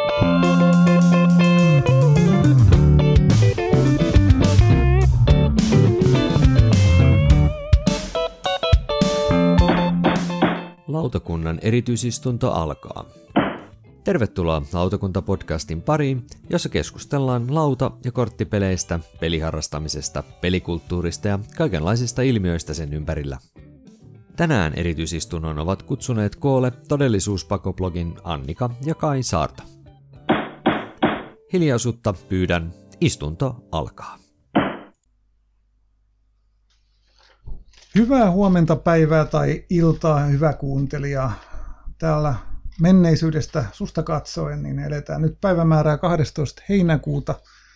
Lautakunnan erityisistunto alkaa. Tervetuloa Lautakunta-podcastin pariin, jossa keskustellaan lauta- ja korttipeleistä, peliharrastamisesta, pelikulttuurista ja kaikenlaisista ilmiöistä sen ympärillä. Tänään erityisistunnon ovat kutsuneet koolle todellisuuspakoblogin Annika ja Kai Saarto. Hiljaisuutta pyydän, istunto alkaa. Hyvää huomenta, päivää tai iltaa, hyvä kuuntelija. Täällä menneisyydestä susta katsoen, niin eletään nyt päivämäärää 12. heinäkuuta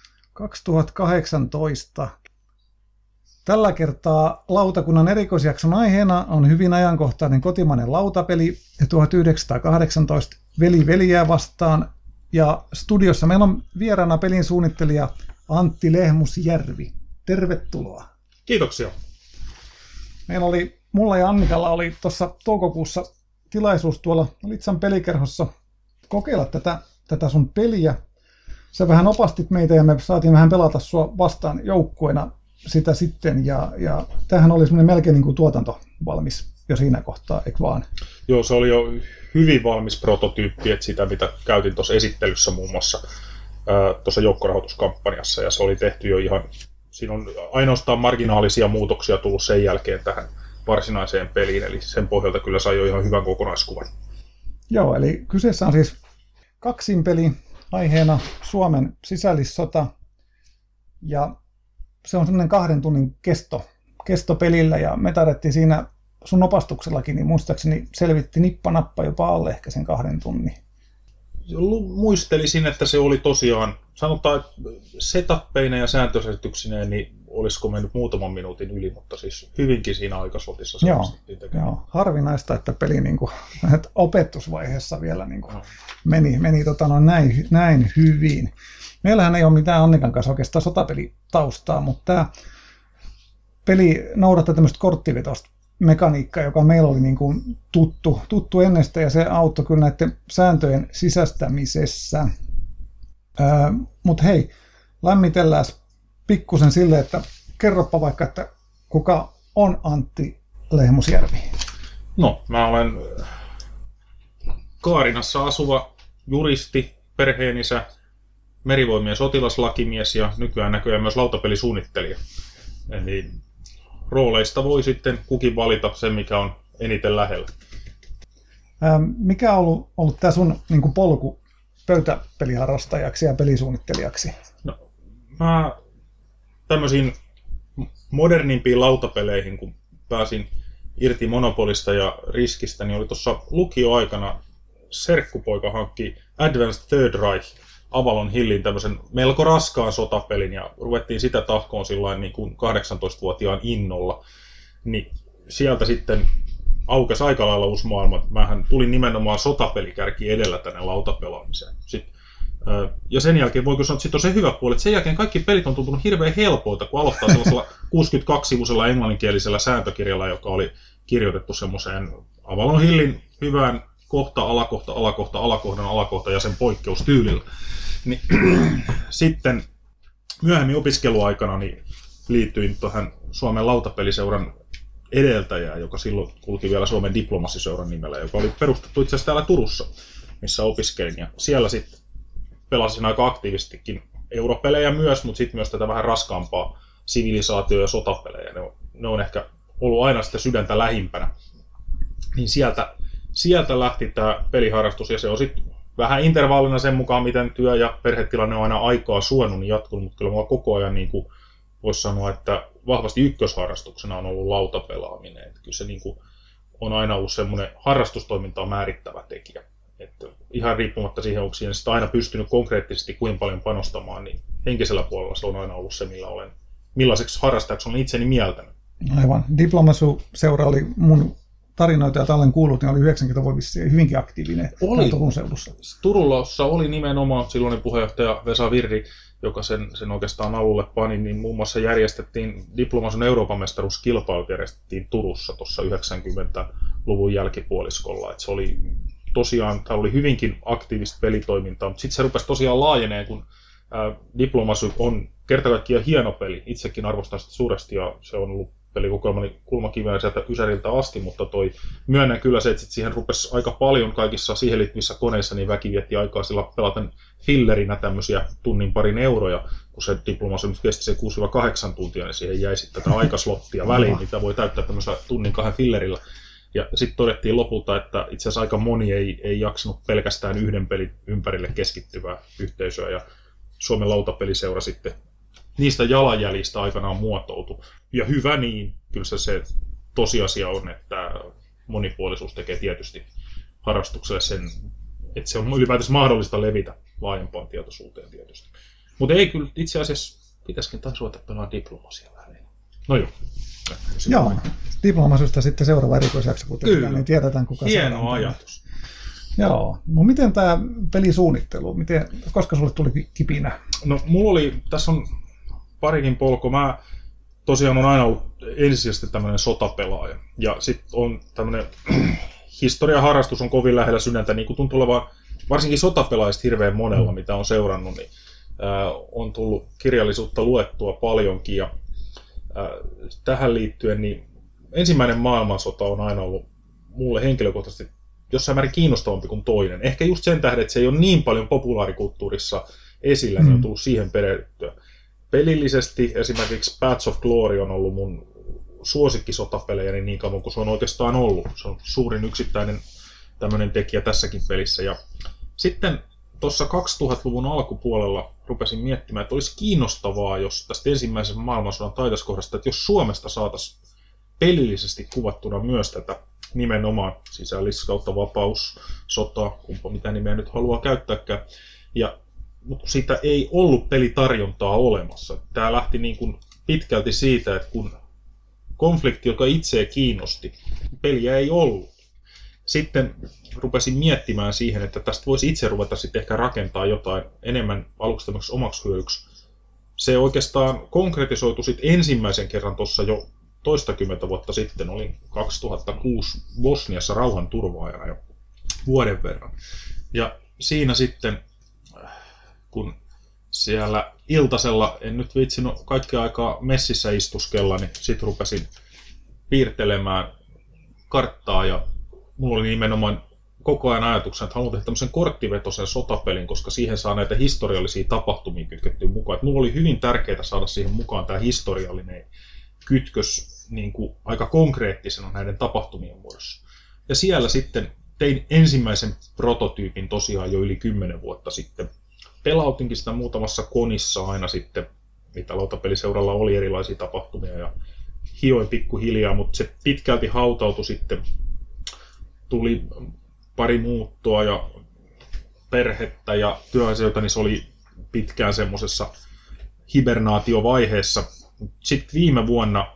2018. Tällä kertaa lautakunnan erikoisjakson aiheena on hyvin ajankohtainen kotimainen lautapeli 1918 Veli veljää vastaan. Ja studiossa meillä on vieraana pelin suunnittelija Antti Lehmusjärvi. Tervetuloa. Kiitoksia. Mulla ja Annikalla oli tuossa toukokuussa tilaisuus tuolla Litsan pelikerhossa kokeilla tätä sun peliä. Sä vähän opastit meitä ja me saatiin vähän pelata sua vastaan joukkueena sitä sitten. Ja tämähän oli semmoinen melkein niin kuin tuotanto valmis jo siinä kohtaa, eikö vaan? Joo, se oli jo hyvin valmis prototyyppi, että sitä mitä käytin tuossa esittelyssä muun muassa tuossa joukkorahoituskampanjassa. Ja se oli tehty jo ihan, siinä on ainoastaan marginaalisia muutoksia tullut sen jälkeen tähän varsinaiseen peliin, eli sen pohjalta kyllä sai jo ihan hyvän kokonaiskuvan. Joo, eli kyseessä on siis kaksinpeli, aiheena Suomen sisällissota, ja se on semmoinen 2 tunnin kesto pelillä, ja me tarvittiin siinä sun opastuksellakin, niin muistaakseni selvitti nippanappa jopa alle ehkä sen 2 tunnin. Muistelisin, että se oli tosiaan, sanotaan, että setappeina ja sääntöselityksineen, niin olisiko mennyt muutaman minuutin yli, mutta siis hyvinkin siinä aikaslotissa se onnistuttiin tekemään. Joo, harvinaista, että peli niin kuin, opetusvaiheessa vielä niin kuin meni näin hyvin. Meillähän ei ole mitään Annikan kanssa oikeastaan sotapelitaustaa, mutta tämä peli noudattaa tämmöistä korttivetosta mekaniikkaa, joka meillä oli niin kuin tuttu ennestä, ja se auttoi kyllä näiden sääntöjen sisästämisessä. Mutta hei, lämmitellään pikkusen sille, että kerropa vaikka, että kuka on Antti Lehmusjärvi? No, mä olen Kaarinassa asuva juristi, perheenisä, merivoimien sotilaslakimies ja nykyään näköjään myös lautapelisuunnittelija. Eli rooleista voi sitten kukin valita sen, mikä on eniten lähellä. Mikä on ollut tämä sun niin kuin polku pöytäpeliharrastajaksi ja pelisuunnittelijaksi? No, mä tämmöisiin modernimpiin lautapeleihin, kun pääsin irti Monopolista ja Riskistä, niin oli tuossa lukioaikana serkkupoika hankki Advanced Third Reich Avalon Hillin tämmöisen melko raskaan sotapelin, ja ruvettiin sitä tahkoon sillain niin kuin 18-vuotiaan innolla. Niin sieltä sitten aukesi aika lailla uusi maailma. Mähän tulin nimenomaan sotapelikärki edellä tänne lautapelaamiseen. Ja sen jälkeen voiko sanoa, että sitten on se hyvä puoli, että sen jälkeen kaikki pelit on tuntunut hirveän helpoilta, kun aloittaa sellaisella 62-sivuisella englanninkielisellä sääntökirjalla, joka oli kirjoitettu semmoiseen Avalon Hillin hyvään alakohta ja sen poikkeustyylillä. Niin, sitten myöhemmin opiskeluaikana niin liityin tuohon Suomen lautapeliseuran edeltäjään, joka silloin kulki vielä Suomen diplomassiseuran nimellä, joka oli perustettu itse asiassa täällä Turussa, missä opiskelin. Ja siellä sitten pelasin aika aktiivistikin europelejä myös, mutta sitten myös tätä vähän raskaampaa sivilisaatio- ja sotapelejä. Ne on ehkä ollut aina sitä sydäntä lähimpänä. Niin sieltä lähti tämä peliharrastus, ja se on sitten vähän intervallina sen mukaan, miten työ- ja perhetilanne on aina aikaa suonut, niin jatkunut, mutta kyllä mulla koko ajan niin kuin voisi sanoa, että vahvasti ykkösharrastuksena on ollut lautapelaaminen. Että kyllä se niin kuin on aina ollut semmoinen harrastustoimintaa määrittävä tekijä. Että ihan riippumatta siihen, onko siihen sitä aina pystynyt konkreettisesti kuinka paljon panostamaan, niin henkisellä puolella se on aina ollut se, millaiseksi harrastajaksi olen itseni mieltänyt. Aivan. Diplomasu-seura oli mun tarinoita, joita olen kuullut, niin oli 90-luvun hyvinkin aktiivinen Turun seudussa. Turussa oli nimenomaan silloinen puheenjohtaja Vesa Virri, joka sen oikeastaan alulle pani, niin muun muassa järjestettiin Diplomasun Euroopan mestaruuskilpailut järjestettiin Turussa tuossa 90-luvun jälkipuoliskolla. Et se oli tosiaan täällä oli hyvinkin aktiivista pelitoimintaa, mutta sitten se rupesi tosiaan laajeneen, kun Diplomacy on kerta kaikkiaan hieno peli. Itsekin arvostan sitä suuresti ja se on ollut pelikokoelmani kulmakivenä sieltä Ysäriltä asti, mutta myönnän kyllä se, että siihen rupesi aika paljon kaikissa siihen liittyvissä koneissa, niin väki vietti aikaa sillä pelaten fillerinä tämmöisiä tunnin parin euroja, kun se Diplomacy kesti se 6-8 tuntia, niin siihen jäi sitten tätä aikaslottia väliin, mitä voi täyttää tämmöisellä tunnin 2 fillerillä. Ja sitten todettiin lopulta, että itse asiassa aika moni ei jaksanut pelkästään yhden pelin ympärille keskittyvää yhteisöä, ja Suomen lautapeliseura sitten niistä jalanjäljistä aikanaan muotoutui. Ja hyvä niin, kyllä se tosiasia on, että monipuolisuus tekee tietysti harrastukselle sen, että se on ylipäätänsä mahdollista levitä laajempaan tietoisuuteen tietysti. Mutta ei kyllä itse asiassa, pitäisikin taas ruveta pelaamaan Diplomacia väliin. No joo. Joo, Diplomacysta sitten seuraava erikoisjakso, kun niin tiedetään kuka se on. Hieno ajatus. Joo, no miten tämä pelisuunnittelu, koska sulle tuli kipinä? No mulla oli, tässä on parikin polku. Mä tosiaan on aina ollut ensisijaisesti tämmöinen sotapelaaja. Ja sitten on tämmöinen historiaharrastus on kovin lähellä sydäntä, niin kuin tuntuu olevan varsinkin sotapelaajista hirveän monella, mitä on seurannut, niin on tullut kirjallisuutta luettua paljonkin. Ja tähän liittyen, niin ensimmäinen maailmansota on aina ollut mulle henkilökohtaisesti jossain määrin kiinnostavampi kuin toinen. Ehkä just sen tähden, että se ei ole niin paljon populaarikulttuurissa esillä, niin on tullut siihen perehdyttyä. Pelillisesti esimerkiksi Paths of Glory on ollut mun suosikkisotapelejä niin kauan kuin se on oikeastaan ollut. Se on suurin yksittäinen tämmöinen tekijä tässäkin pelissä. Ja sitten tuossa 2000-luvun alkupuolella rupesin miettimään, että olisi kiinnostavaa, jos tästä ensimmäisen maailmansodan taitoskohdasta, että jos Suomesta saataisiin pelillisesti kuvattuna myös tätä nimenomaan sisällis kautta vapaus, sota, kumpa mitä nimeä nyt haluaa käyttääkään. Mutta siitä ei ollut pelitarjontaa olemassa. Tämä lähti niin kuin pitkälti siitä, että kun konflikti, joka itseä kiinnosti, peliä ei ollut. Sitten rupesin miettimään siihen, että tästä voisi itse ruveta sitten ehkä rakentaa jotain enemmän aluksi tämmöiseksi omaksi hyödyksi. Se oikeastaan konkretisoitu sitten ensimmäisen kerran tuossa jo toistakymmentä vuotta sitten, olin 2006 Bosniassa rauhanturvaajana jo vuoden verran. Ja siinä sitten, kun siellä iltasella, en nyt viitsinyt kaikkea aikaa messissä istuskella, niin sitten rupesin piirtelemään karttaa ja mulla oli nimenomaan koko ajan ajatuksena, että haluan tehdä tämmöisen korttivetoisen sotapelin, koska siihen saa näitä historiallisia tapahtumia kytkettyä mukaan. Että mulla oli hyvin tärkeää saada siihen mukaan tämä historiallinen kytkös niin kuin aika konkreettisena näiden tapahtumien muodossa. Ja siellä sitten tein ensimmäisen prototyypin tosiaan jo yli 10 vuotta sitten. Pelautinkin sitä muutamassa konissa aina sitten, mitä lautapeliseuralla oli erilaisia tapahtumia ja hioin pikkuhiljaa, mutta se pitkälti hautautui sitten. Tuli pari muuttoa ja perhettä ja työasioita, niin se oli pitkään semmoisessa hibernaatiovaiheessa. Sitten viime vuonna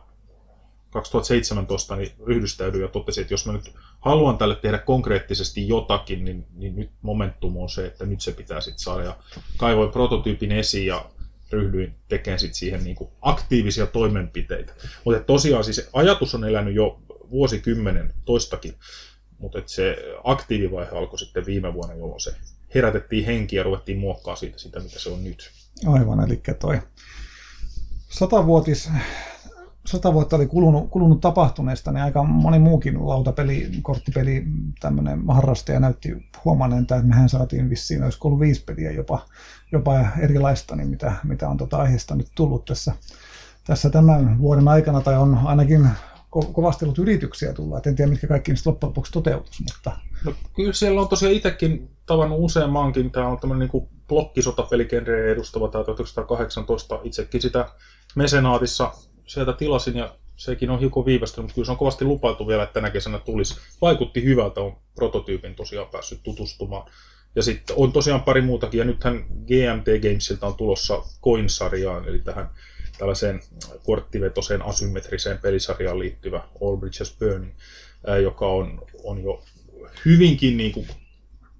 2017 niin ryhdystäydyin ja totesin, että jos mä nyt haluan tälle tehdä konkreettisesti jotakin, niin nyt momentum on se, että nyt se pitää sitten saada. Ja kaivoin prototyypin esiin ja ryhdyin tekemään sitten siihen niin kuin aktiivisia toimenpiteitä. Mutta tosiaan siis ajatus on elänyt jo vuosikymmenen toistakin. Mutta se aktiivivaihe alkoi sitten viime vuonna, jolloin se herätettiin henki ja ruvettiin muokkaamaan siitä sitä, mitä se on nyt. Aivan, eli toi 100 vuotta oli kulunut tapahtuneesta, niin aika moni muukin lautapeli, korttipeli, tämmöinen harrastaja näytti huomanneen, että mehän saatiin vissiin, olisiko ollut 5 peliä jopa erilaista, niin mitä on aiheesta nyt tullut tässä tämän vuoden aikana, tai on ainakin kovasti ollut yrityksiä tulla. Et en tiedä, mitkä kaikki niistä loppujen lopuksi toteutus, mutta... No, kyllä siellä on tosiaan itsekin tavannut useammankin. Tämä on tämmöinen niin blokkisotapeligenreä edustava tämä 1918. Itsekin sitä mesenaatissa sieltä tilasin ja sekin on hiukan viivästynyt, mutta kyllä se on kovasti lupailtu vielä, että tänä kesänä tulisi. Vaikutti hyvältä, on prototyypin tosiaan päässyt tutustumaan. Ja sitten on tosiaan pari muutakin, ja nythän GMT Gamesilta on tulossa Coin-sarjaan, eli tähän tällaiseen korttivetoseen asymmetriseen pelisarjaan liittyvä All Bridges Burning, joka on jo hyvinkin niin kuin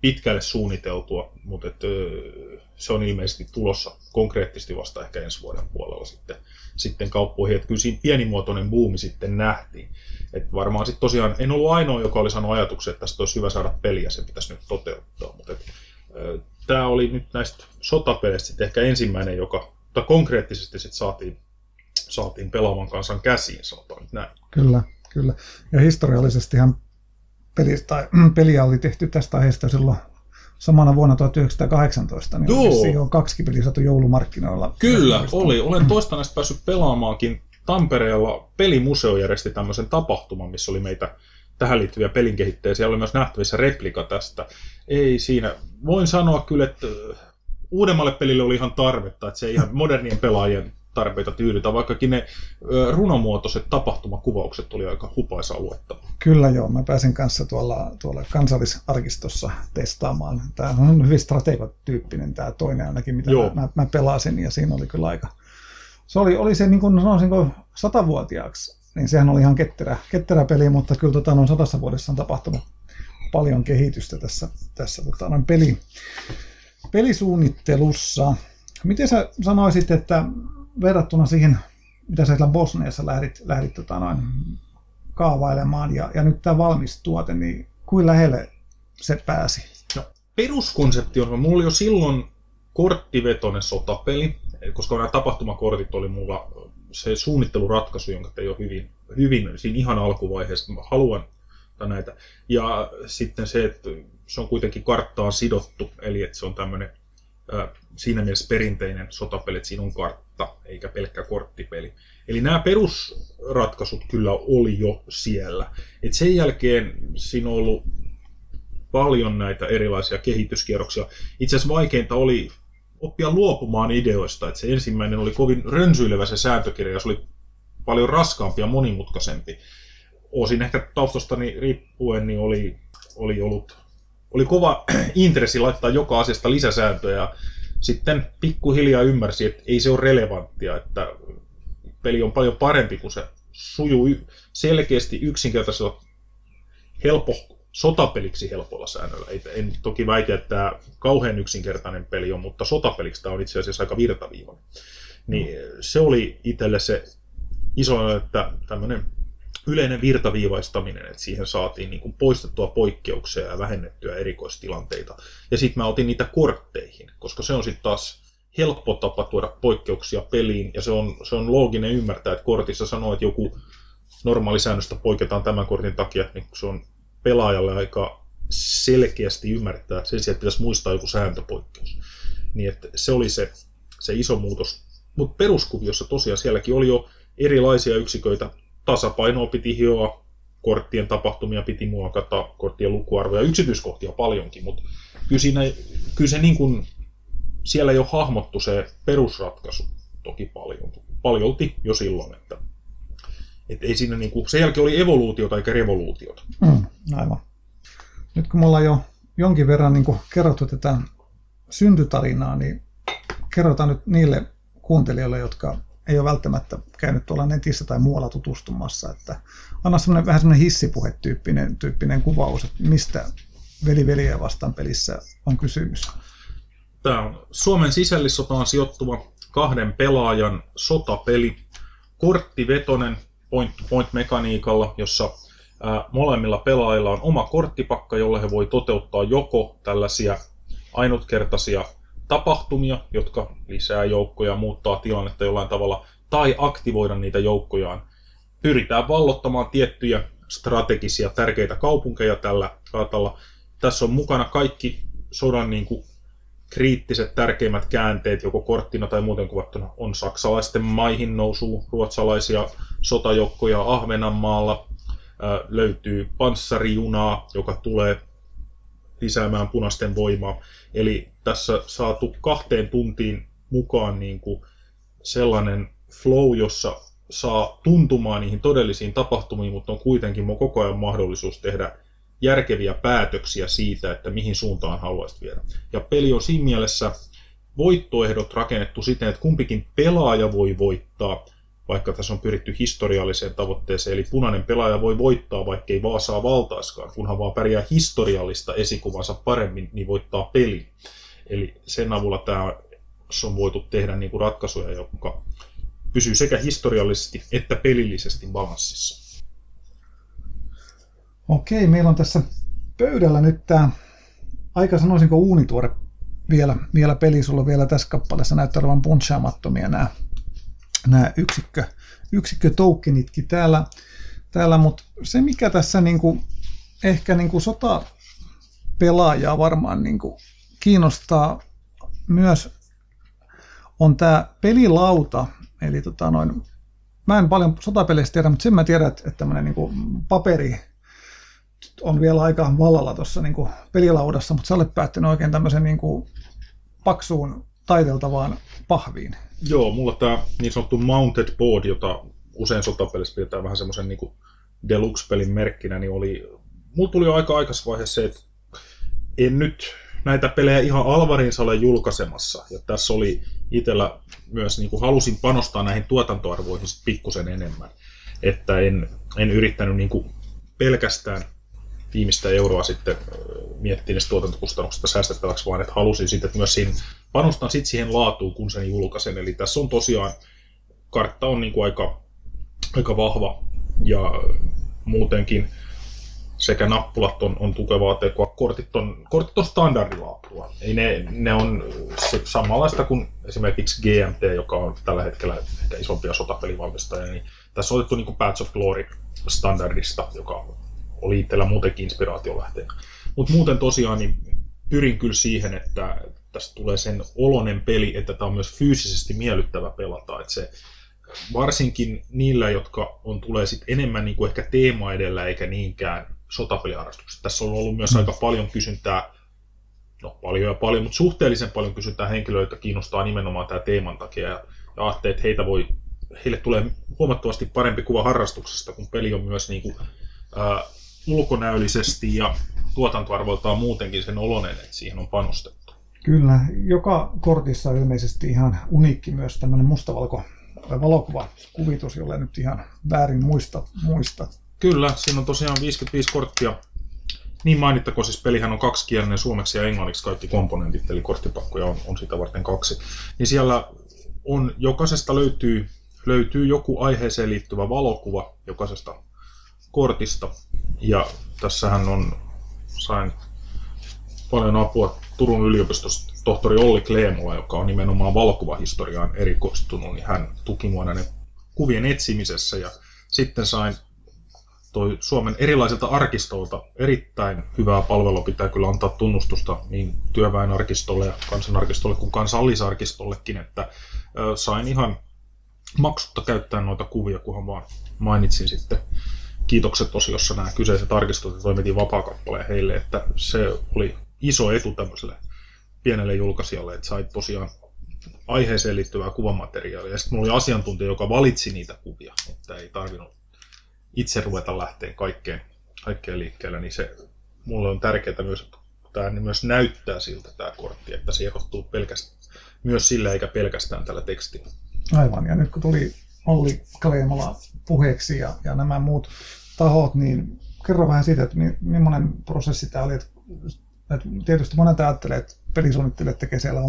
pitkälle suunniteltua, mutta se on ilmeisesti tulossa konkreettisesti vasta ehkä ensi vuoden puolella sitten kauppoihin. Että kyllä siinä pienimuotoinen buumi sitten nähtiin. Et varmaan sitten tosiaan en ollut ainoa, joka oli saanut ajatuksen, että tästä olisi hyvä saada peliä, se pitäisi nyt toteuttaa. Mutta tämä oli nyt näistä sotapeleistä sitten ehkä ensimmäinen, joka konkreettisesti sitten saatiin pelaavan kansan käsiin, sanotaan nyt näin. Kyllä. Ja historiallisestihan peliä oli tehty tästä aiheesta silloin samana vuonna 1918, niin oli jo 2 peliä saatu joulumarkkinoilla. Kyllä, oli. Olen toista näistä päässyt pelaamaankin. Tampereella Pelimuseo järjesti tämmöisen tapahtuman, missä oli meitä tähän liittyviä pelinkehittäjiä. Siellä oli myös nähtävissä replika tästä. Ei siinä. Voin sanoa kyllä, että uudemmalle pelille oli ihan tarvetta, että se ei ihan modernien pelaajien tarpeita tyydytä, vaikkakin ne runomuotoiset tapahtumakuvaukset oli aika hupaisaa luettavaa. Kyllä joo, mä pääsin kanssa tuolla kansallisarkistossa testaamaan. Tämä on hyvin strategotyyppinen tämä toinen ainakin, mitä mä pelasin, ja siinä oli kyllä aika. Se oli se, niin kuin sanoisinko 100-vuotiaaksi, niin sehän oli ihan ketterä peli, mutta kyllä noin 100 vuodessa on tapahtunut paljon kehitystä tässä pelisuunnittelussa. Miten sä sanoisit, että verrattuna siihen, mitä sä Bosniassa lähdit kaavailemaan, ja nyt tämä valmis tuote, niin kuinka lähelle se pääsi? No, peruskonsepti on, mulla oli jo silloin korttivetoinen sotapeli, koska nämä tapahtumakortit oli mulla se suunnitteluratkaisu, jonka tein jo hyvin siinä ihan alkuvaiheessa, mä haluan näitä. Ja sitten se, että se on kuitenkin karttaan sidottu, eli että se on tämmöinen siinä mielessä perinteinen sotapeli, että siinä on kartta, eikä pelkkä korttipeli. Eli nämä perusratkaisut kyllä oli jo siellä. Et sen jälkeen siinä on ollut paljon näitä erilaisia kehityskierroksia. Itse asiassa vaikeinta oli oppia luopumaan ideoista. Et se ensimmäinen oli kovin rönsyilevä se sääntökirja, ja se oli paljon raskaampi ja monimutkaisempi. Osin ehkä taustastani riippuen niin oli kova intressi laittaa joka asiasta lisäsääntöjä, ja sitten pikkuhiljaa ymmärsi, että ei se ole relevanttia, että peli on paljon parempi, kun se sujuu selkeästi yksinkertaisella sotapeliksi helpolla säännöllä. En toki väitä, että tämä kauhean yksinkertainen peli on, mutta sotapeliksi tämä on itse asiassa aika virtaviivainen. Niin se oli itselle se iso, että tämmöinen yleinen virtaviivaistaminen, että siihen saatiin niin kuin poistettua poikkeuksia ja vähennettyä erikoistilanteita. Ja sitten mä otin niitä kortteihin, koska se on sitten taas helppo tapa tuoda poikkeuksia peliin, ja se on looginen ymmärtää, että kortissa sanoo, että joku normaali säännöstä poiketaan tämän kortin takia, niin se on pelaajalle aika selkeästi ymmärtää, sen sijaan pitäisi muistaa joku sääntöpoikkeus. Niin että se oli se iso muutos. Mutta peruskuviossa tosiaan sielläkin oli jo erilaisia yksiköitä. Tasapainoa piti hioa, korttien tapahtumia piti muokata, korttien lukuarvoja, yksityiskohtia paljonkin, mutta kyllä se niin kuin siellä jo hahmottu se perusratkaisu toki paljolti jo silloin, että ei siinä niin kuin, sen jälkeen oli evoluutiota eikä revoluutiota. Aivan. Nyt kun me ollaan jo jonkin verran niin kuin kerrottu tätä syntytarinaa, niin kerrotaan nyt niille kuuntelijoille, jotka ei ole välttämättä käynyt tuolla netissä tai muualla tutustumassa, että anna vähän semmoinen hissipuhetyyppinen kuvaus, että mistä veli-veliä vastaan pelissä on kysymys. Tämä on Suomen sisällissotaan sijoittuva 2 pelaajan sotapeli, korttivetoinen point-mekaniikalla, jossa molemmilla pelaajilla on oma korttipakka, jolla he voi toteuttaa joko tällaisia ainutkertaisia tapahtumia, jotka lisää joukkoja, muuttaa tilannetta jollain tavalla, tai aktivoida niitä joukkojaan. Pyritään vallottamaan tiettyjä strategisia tärkeitä kaupunkeja tällä kartalla. Tässä on mukana kaikki sodan niin kuin kriittiset tärkeimmät käänteet, joko korttina tai muuten kuvattuna. On saksalaisten maihin nousu, ruotsalaisia sotajoukkoja Ahvenanmaalla, löytyy panssarijunaa, joka tulee lisäämään punaisten voimaa. Eli tässä saatu 2 tuntiin mukaan niin kuin sellainen flow, jossa saa tuntumaan niihin todellisiin tapahtumiin, mutta on kuitenkin koko ajan mahdollisuus tehdä järkeviä päätöksiä siitä, että mihin suuntaan haluaisit viedä. Ja peli on siinä mielessä voittoehdot rakennettu siten, että kumpikin pelaaja voi voittaa, vaikka tässä on pyritty historialliseen tavoitteeseen. Eli punainen pelaaja voi voittaa, vaikkei Vaasaa valtaiskaan, kunhan vaan pärjää historiallista esikuvansa paremmin, niin voittaa peli. Eli sen avulla tämä on voitu tehdä niin kuin ratkaisuja, jotka pysyy sekä historiallisesti että pelillisesti balanssissa. Okei, meillä on tässä pöydällä nyt tämä aika sanoisinko uunituore vielä peli. Sulla on vielä tässä kappaleessa näyttää olevan punchaamattomia nämä yksikkötokenitkin täällä, mutta se mikä tässä niinku, ehkä niinku sotapelaajaa varmaan niinku kiinnostaa myös on tämä pelilauta, eli mä en paljon sotapeleistä tiedä, mutta sen mä tiedän, että tämmöinen niinku paperi on vielä aika vallalla tuossa niinku pelilaudassa, mutta sä olet päättänyt oikein tämmöisen niinku paksuun taiteltavaan pahviin. Joo, mulla tämä niin sanottu mounted board, jota usein sotapelissä pidetään vähän semmoisen niinku deluxe-pelin merkkinä, niin mulla tuli jo aika aikaisessa vaiheessa se, että en nyt näitä pelejä ihan alvariinsa ole julkaisemassa. Ja tässä oli itsellä myös, niin kuin halusin panostaa näihin tuotantoarvoihin pikkusen enemmän. Että en yrittänyt niin kuin pelkästään viimeistä euroa sitten miettiä niistä tuotantokustannuksista säästettäväksi, vaan että halusin sitten, että myös panostan sitten siihen laatuun, kun sen julkaisen. Eli tässä on tosiaan, kartta on niin kuin aika vahva ja muutenkin sekä nappulat on tukevaa tekoa, kortit on standardilaatua. Ei ne on samanlaista kuin esimerkiksi GMT, joka on tällä hetkellä ehkä isompia sotapelivalmistajia. Niin tässä on otettu niin kuin Paths of Glory standardista, joka oli itsellä muutenkin inspiraatiolähteenä. Mutta muuten tosiaan niin pyrin kyllä siihen, että tästä tulee sen oloinen peli, että tämä on myös fyysisesti miellyttävä pelata. Että se, varsinkin niillä, jotka tulee sit enemmän niin kuin ehkä teema edellä eikä niinkään sotapeliharrastukset. Tässä on ollut myös aika paljon kysyntää, paljon, mutta suhteellisen paljon kysyntää henkilöitä kiinnostaa nimenomaan tämä teeman takia. Ja ajattelin, että heille tulee huomattavasti parempi kuva harrastuksesta, kun peli on myös niin kuin, ulkonäöllisesti ja tuotantoarvoiltaan muutenkin sen oloinen, että siihen on panostettu. Kyllä, joka kortissa on ilmeisesti ihan uniikki myös tämmöinen valokuvakuvitus, jolle nyt ihan väärin muista. Kyllä, siinä on tosiaan 55 korttia. Niin mainittakoon, siis pelihän on kaksikielinen suomeksi ja englanniksi kaikki komponentit, eli korttipakkoja on sitä varten 2. Niin siellä on, jokaisesta löytyy joku aiheeseen liittyvä valokuva jokaisesta kortista. Ja tässähän sain paljon apua Turun yliopistosta tohtori Olli Kleemola, joka on nimenomaan valokuvahistoriaan erikoistunut, niin hän tuki mua näiden kuvien etsimisessä ja sitten sain Suomen erilaisilta arkistolta erittäin hyvää palvelua, pitää kyllä antaa tunnustusta niin työväenarkistolle ja kansanarkistolle kuin kansallisarkistollekin, että sain ihan maksutta käyttää noita kuvia, kunhan vaan mainitsin sitten kiitokset osiossa nämä kyseiset arkistot ja toimitin vapaakappaleen heille, että se oli iso etu tämmöiselle pienelle julkaisijalle, että sai tosiaan aiheeseen liittyvää kuvamateriaalia. Ja sitten mulla oli asiantuntija, joka valitsi niitä kuvia, että ei tarvinnut itse ruveta lähteen kaikkeen liikkeelle, niin se mulle on tärkeää myös, että tämä myös näyttää siltä tämä kortti, että se erottuu myös sillä eikä pelkästään tällä tekstillä. Aivan, ja nyt kun tuli Olli Kleemola puheeksi ja nämä muut tahot, niin kerro vähän siitä, että millainen prosessi tämä oli. Että tietysti monet ajattelee, että pelisuunnittelijat tekee siellä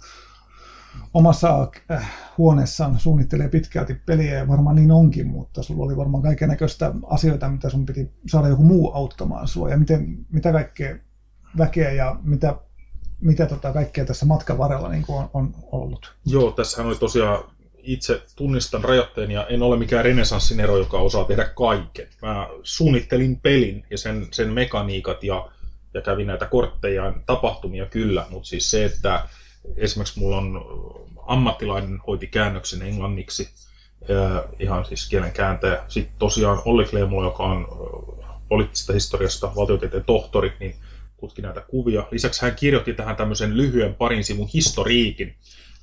omassa huoneessaan, suunnittelee pitkälti peliä ja varmaan niin onkin, mutta sulla oli varmaan kaikennäköistä asioita, mitä sun piti saada joku muu auttamaan sua ja mitä kaikkea väkeä ja mitä kaikkea tässä matkan varrella niin on ollut. Joo, tässähän oli tosiaan, itse tunnistan rajoitteen ja en ole mikään renesanssin ero, joka osaa tehdä kaiken. Mä suunnittelin pelin ja sen mekaniikat ja kävin näitä kortteja, tapahtumia kyllä, mutta siis se, että esimerkiksi mulla on ammattilainen hoiti käännöksen englanniksi, ihan siis kielen kääntäjä. Sitten tosiaan Olli Kleemola, joka on poliittisesta historiasta valtiotieteen tohtori, niin tutki näitä kuvia. Lisäksi hän kirjoitti tähän tämmöisen lyhyen parin sivun historiikin.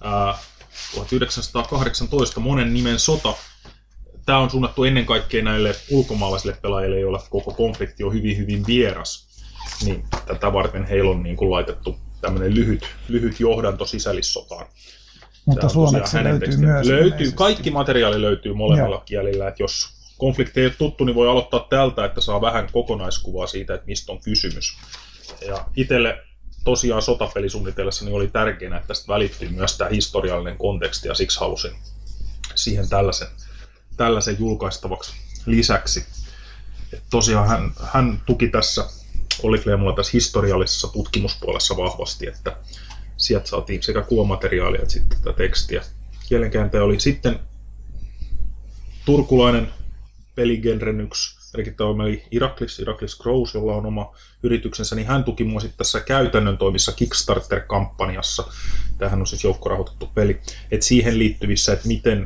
1918 monen nimen sota. Tämä on suunnattu ennen kaikkea näille ulkomaalaisille pelaajille, joilla koko konflikti on hyvin, hyvin vieras. Niin tätä varten heillä on niin kuin laitettu tämmöinen lyhyt johdanto sisällissotaan. Mutta suomeksi löytyy myös. Kaikki materiaali löytyy molemmilla kielillä, että jos konflikti ei ole tuttu, niin voi aloittaa tältä, että saa vähän kokonaiskuvaa siitä, että mistä on kysymys. Ja itselle tosiaan sotapelisuunnitellessa niin oli tärkeää, että tästä välittyy myös tämä historiallinen konteksti, ja siksi halusin siihen tällaisen julkaistavaksi lisäksi. Et tosiaan hän tuki tässä Olli Kleemola tässä historiallisessa tutkimuspuolessa vahvasti, että sieltä saatiin sekä kuvamateriaalia että sitten tätä tekstiä. Kielenkääntäjä oli sitten turkulainen peligenren yksi merkittävä, eli Iraklis Gross, jolla on oma yrityksensä, niin hän tuki mua sitten tässä käytännön toimissa Kickstarter-kampanjassa. Tämähän on siis joukkorahoitettu peli. Et siihen liittyvissä, että miten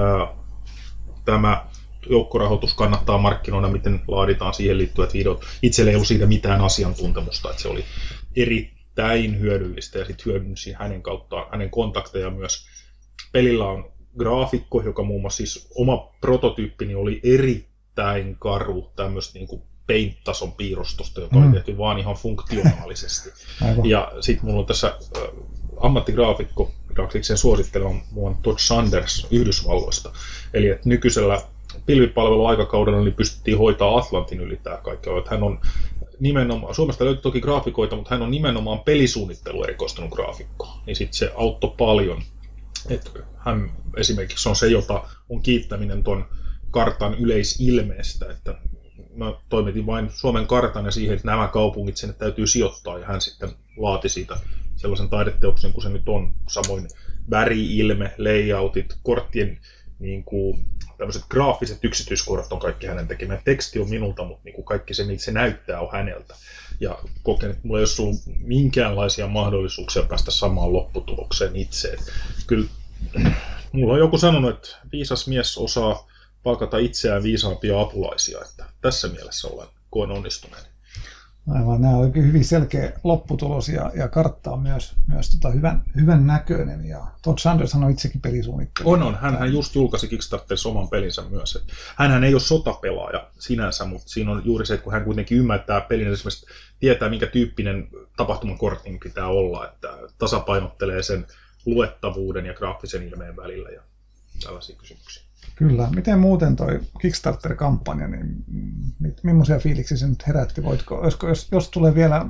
tämä joukkorahoitus kannattaa markkinoida, miten laaditaan siihen liittyvät videot. Itsellä ei ollut siitä mitään asiantuntemusta, että se oli erittäin hyödyllistä ja sitten hyödynsin hänen kauttaan, hänen kontakteja myös. Pelillä on graafikko, joka muun muassa siis oma prototyyppini oli erittäin karu, tämmöistä niin kuin Paint-tason piirustusta, joka oli tehty vaan ihan funktionaalisesti. Ja sitten mulla on tässä ammattigraafikko, Irakliksen suosittelevan muun Todd Sanders Yhdysvalloista. Eli että nykyisellä pilvipalveluaikakaudella niin pystyttiin hoitaa Atlantin yli tämä kaikki. Hän on nimenomaan, Suomesta löytyy toki graafikoita, mutta hän on nimenomaan pelisuunnittelu erikoistunut graafikko. Niin sitten se auttoi paljon. Että hän esimerkiksi on se, jota on kiittäminen ton kartan yleisilmeestä, että mä toimitin vain Suomen kartan ja siihen, että nämä kaupungit sinne täytyy sijoittaa, ja hän sitten laati siitä sellaisen taideteoksen kuin se nyt on. Samoin väri-ilme, layoutit, korttien niin kuin, tämmöiset graafiset yksityiskohdat on kaikki hänen tekemään. Teksti on minulta, mutta niin kuin kaikki se, miltä se näyttää, on häneltä. Ja koken, että mulla ei olisi ollut minkäänlaisia mahdollisuuksia päästä samaan lopputulokseen itse. Et kyllä mulla on joku sanonut, että viisas mies osaa palkata itseään viisaampia apulaisia. Että tässä mielessä koen onnistuneen. Aivan, nämä on oikein hyvin selkeä lopputulos ja kartta on myös hyvän näköinen. Ja Todd Sanders on itsekin pelisuunnittelija. On. Hänhän just julkaisi Kickstarterissa oman pelinsä myös. Hänhän ei ole sotapelaaja sinänsä, mutta siinä on juuri se, että kun hän kuitenkin ymmärtää pelin, esimerkiksi tietää, minkä tyyppinen tapahtumakortin pitää olla, että tasapainottelee sen luettavuuden ja graafisen ilmeen välillä ja tällaisia kysymyksiä. Kyllä. Miten muuten toi Kickstarter-kampanja, niin millaisia fiiliksiä se nyt herätti? Jos tulee vielä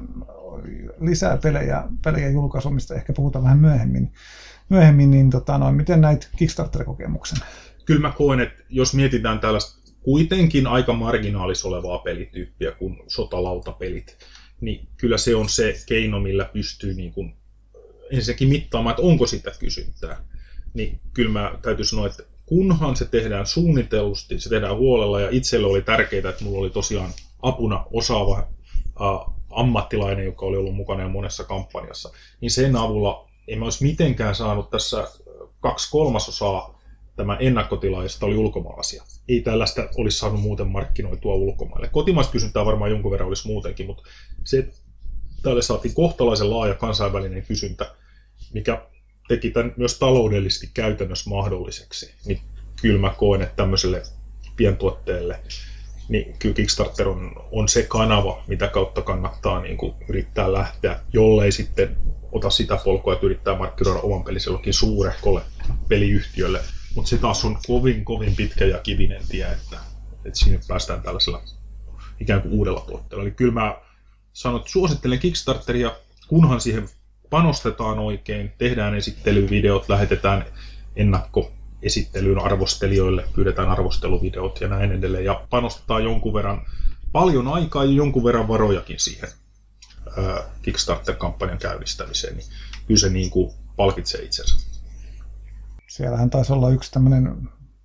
lisää pelejä julkaisumista, ehkä puhutaan vähän myöhemmin niin miten näit Kickstarter-kokemuksen? Kyllä mä koen, että jos mietitään tällaista kuitenkin aika marginaalis olevaa pelityyppiä kuin sotalautapelit, niin kyllä se on se keino, millä pystyy niin kuin ensinnäkin mittaamaan, että onko sitä kysyntää. Niin kyllä mä täytyy sanoa, että kunhan se tehdään suunnitellusti, se tehdään huolella, ja itselle oli tärkeää, että mulla oli tosiaan apuna osaava ammattilainen, joka oli ollut mukana jo monessa kampanjassa, niin sen avulla en mä olisi mitenkään saanut tässä 2/3 tämä ennakkotilaajista oli ulkomaalaisia. Ei tällaista olisi saanut muuten markkinoitua ulkomaille. Kotimaista kysyntää varmaan jonkun verran olisi muutenkin, mutta se, tälle saatiin kohtalaisen laaja kansainvälinen kysyntä, mikä teki tämän myös taloudellisesti käytännössä mahdolliseksi, niin kyllä mä koen, että tämmöiselle pientuotteelle niin kyllä Kickstarter on se kanava, mitä kautta kannattaa niin kuin yrittää lähteä, jollei sitten ota sitä polkua, että yrittää markkinoida oman pelin jollekin suurehkolle peliyhtiölle, mutta se taas on kovin pitkä ja kivinen tie, että siinä päästään tällaisella ikään kuin uudella tuotteella. Eli kyllä mä sanon, että suosittelen Kickstarteria, kunhan siihen panostetaan oikein, tehdään esittelyvideot, lähetetään ennakkoesittelyyn arvostelijoille, pyydetään arvosteluvideot ja näin edelleen, ja panostetaan jonkun verran paljon aikaa ja jonkun verran varojakin siihen Kickstarter-kampanjan käynnistämiseen, niin kyllä se niin kuin palkitsee itsensä. Siellähän taisi olla yksi tämmöinen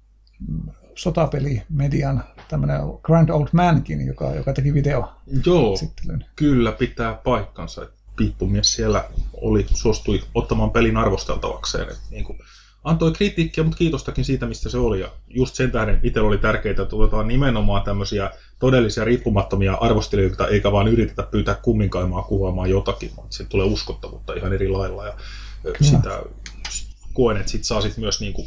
sotapelimedian tämmöinen Grand Old Mankin, joka teki videoesittelyn. Joo, kyllä pitää paikkansa. Piippumies siellä suostui ottamaan pelin arvosteltavakseen. Niin kuin antoi kritiikkiä, mutta kiitostakin siitä, mistä se oli. Ja just sen tähden itsellä oli tärkeää, että otetaan nimenomaan tämmöisiä todellisia riippumattomia arvostelijoita, eikä vaan yritetä pyytää kumminkaimaa kuvaamaan jotakin, vaan siitä tulee uskottavuutta ihan eri lailla. Ja sitä koen, että sit saa sit myös, niin kuin,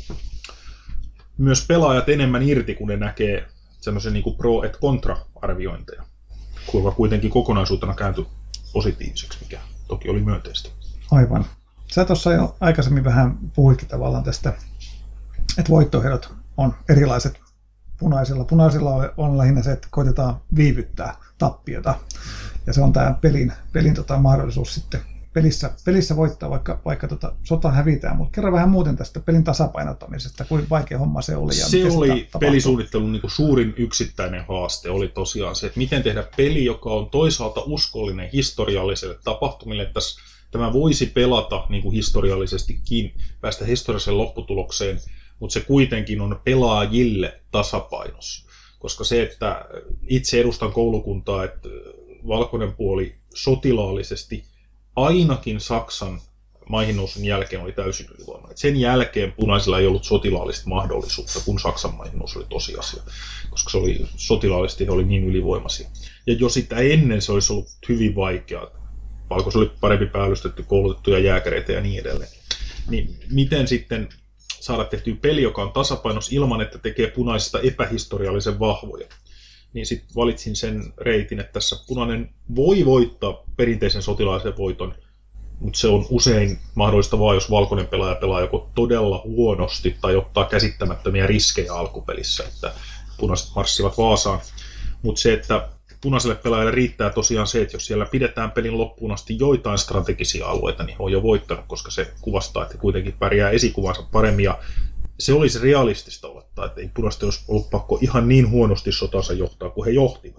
myös pelaajat enemmän irti, kun ne näkee semmoisen niin kuin pro- et contra-arviointeja, kuinka kuitenkin kokonaisuutena kääntyi positiiviseksi, mikä toki oli myönteistä. Aivan. Sä tuossa jo aikaisemmin vähän puhuitkin tavallaan tästä, että voittoehdot on erilaiset punaisilla. Punaisilla on lähinnä se, että koitetaan viivyttää tappiota. Ja se on tämä pelin mahdollisuus sitten pelissä voittaa, vaikka sota hävitään. Mutta kerro vähän muuten tästä pelin tasapainottamisesta, kuinka vaikea homma se oli. Ja se oli pelisuunnittelun niin kuin suurin yksittäinen haaste, oli tosiaan se, että miten tehdä peli, joka on toisaalta uskollinen historialliselle tapahtumille. Tämä voisi pelata niin kuin historiallisestikin, päästä historialliseen lopputulokseen, mutta se kuitenkin on pelaajille tasapainossa. Koska se, että itse edustan koulukuntaa, että valkoinen puoli sotilaallisesti ainakin Saksan maihinnousun jälkeen oli täysin ylivoimainen. Sen jälkeen punaisilla ei ollut sotilaallista mahdollisuutta, kun Saksan maihinnousu oli tosiasia, koska se oli sotilaallisesti he oli niin ylivoimaisia. Ja jo sitä ennen se olisi ollut hyvin vaikeaa. Valkoisilla oli parempi päällystetty, koulutettuja jääkäreitä ja niin edelleen. Niin miten sitten saada tehtyä peli, joka on tasapainossa ilman, että tekee punaisista epähistoriallisen vahvoja? Niin sitten valitsin sen reitin, että tässä punainen voi voittaa perinteisen sotilaallisen voiton, mutta se on usein mahdollista vaan, jos valkoinen pelaaja pelaa joko todella huonosti tai ottaa käsittämättömiä riskejä alkupelissä, että punaiset marssivat Vaasaan. Mutta se, että punaiselle pelaajalle riittää tosiaan se, että jos siellä pidetään pelin loppuun asti joitain strategisia alueita, niin on jo voittanut, koska se kuvastaa, että kuitenkin pärjää esikuvansa paremmin. Ja se olisi realistista olettaa, että ei punaisten olisi ollut pakko ihan niin huonosti sotansa johtaa kuin he johtivat.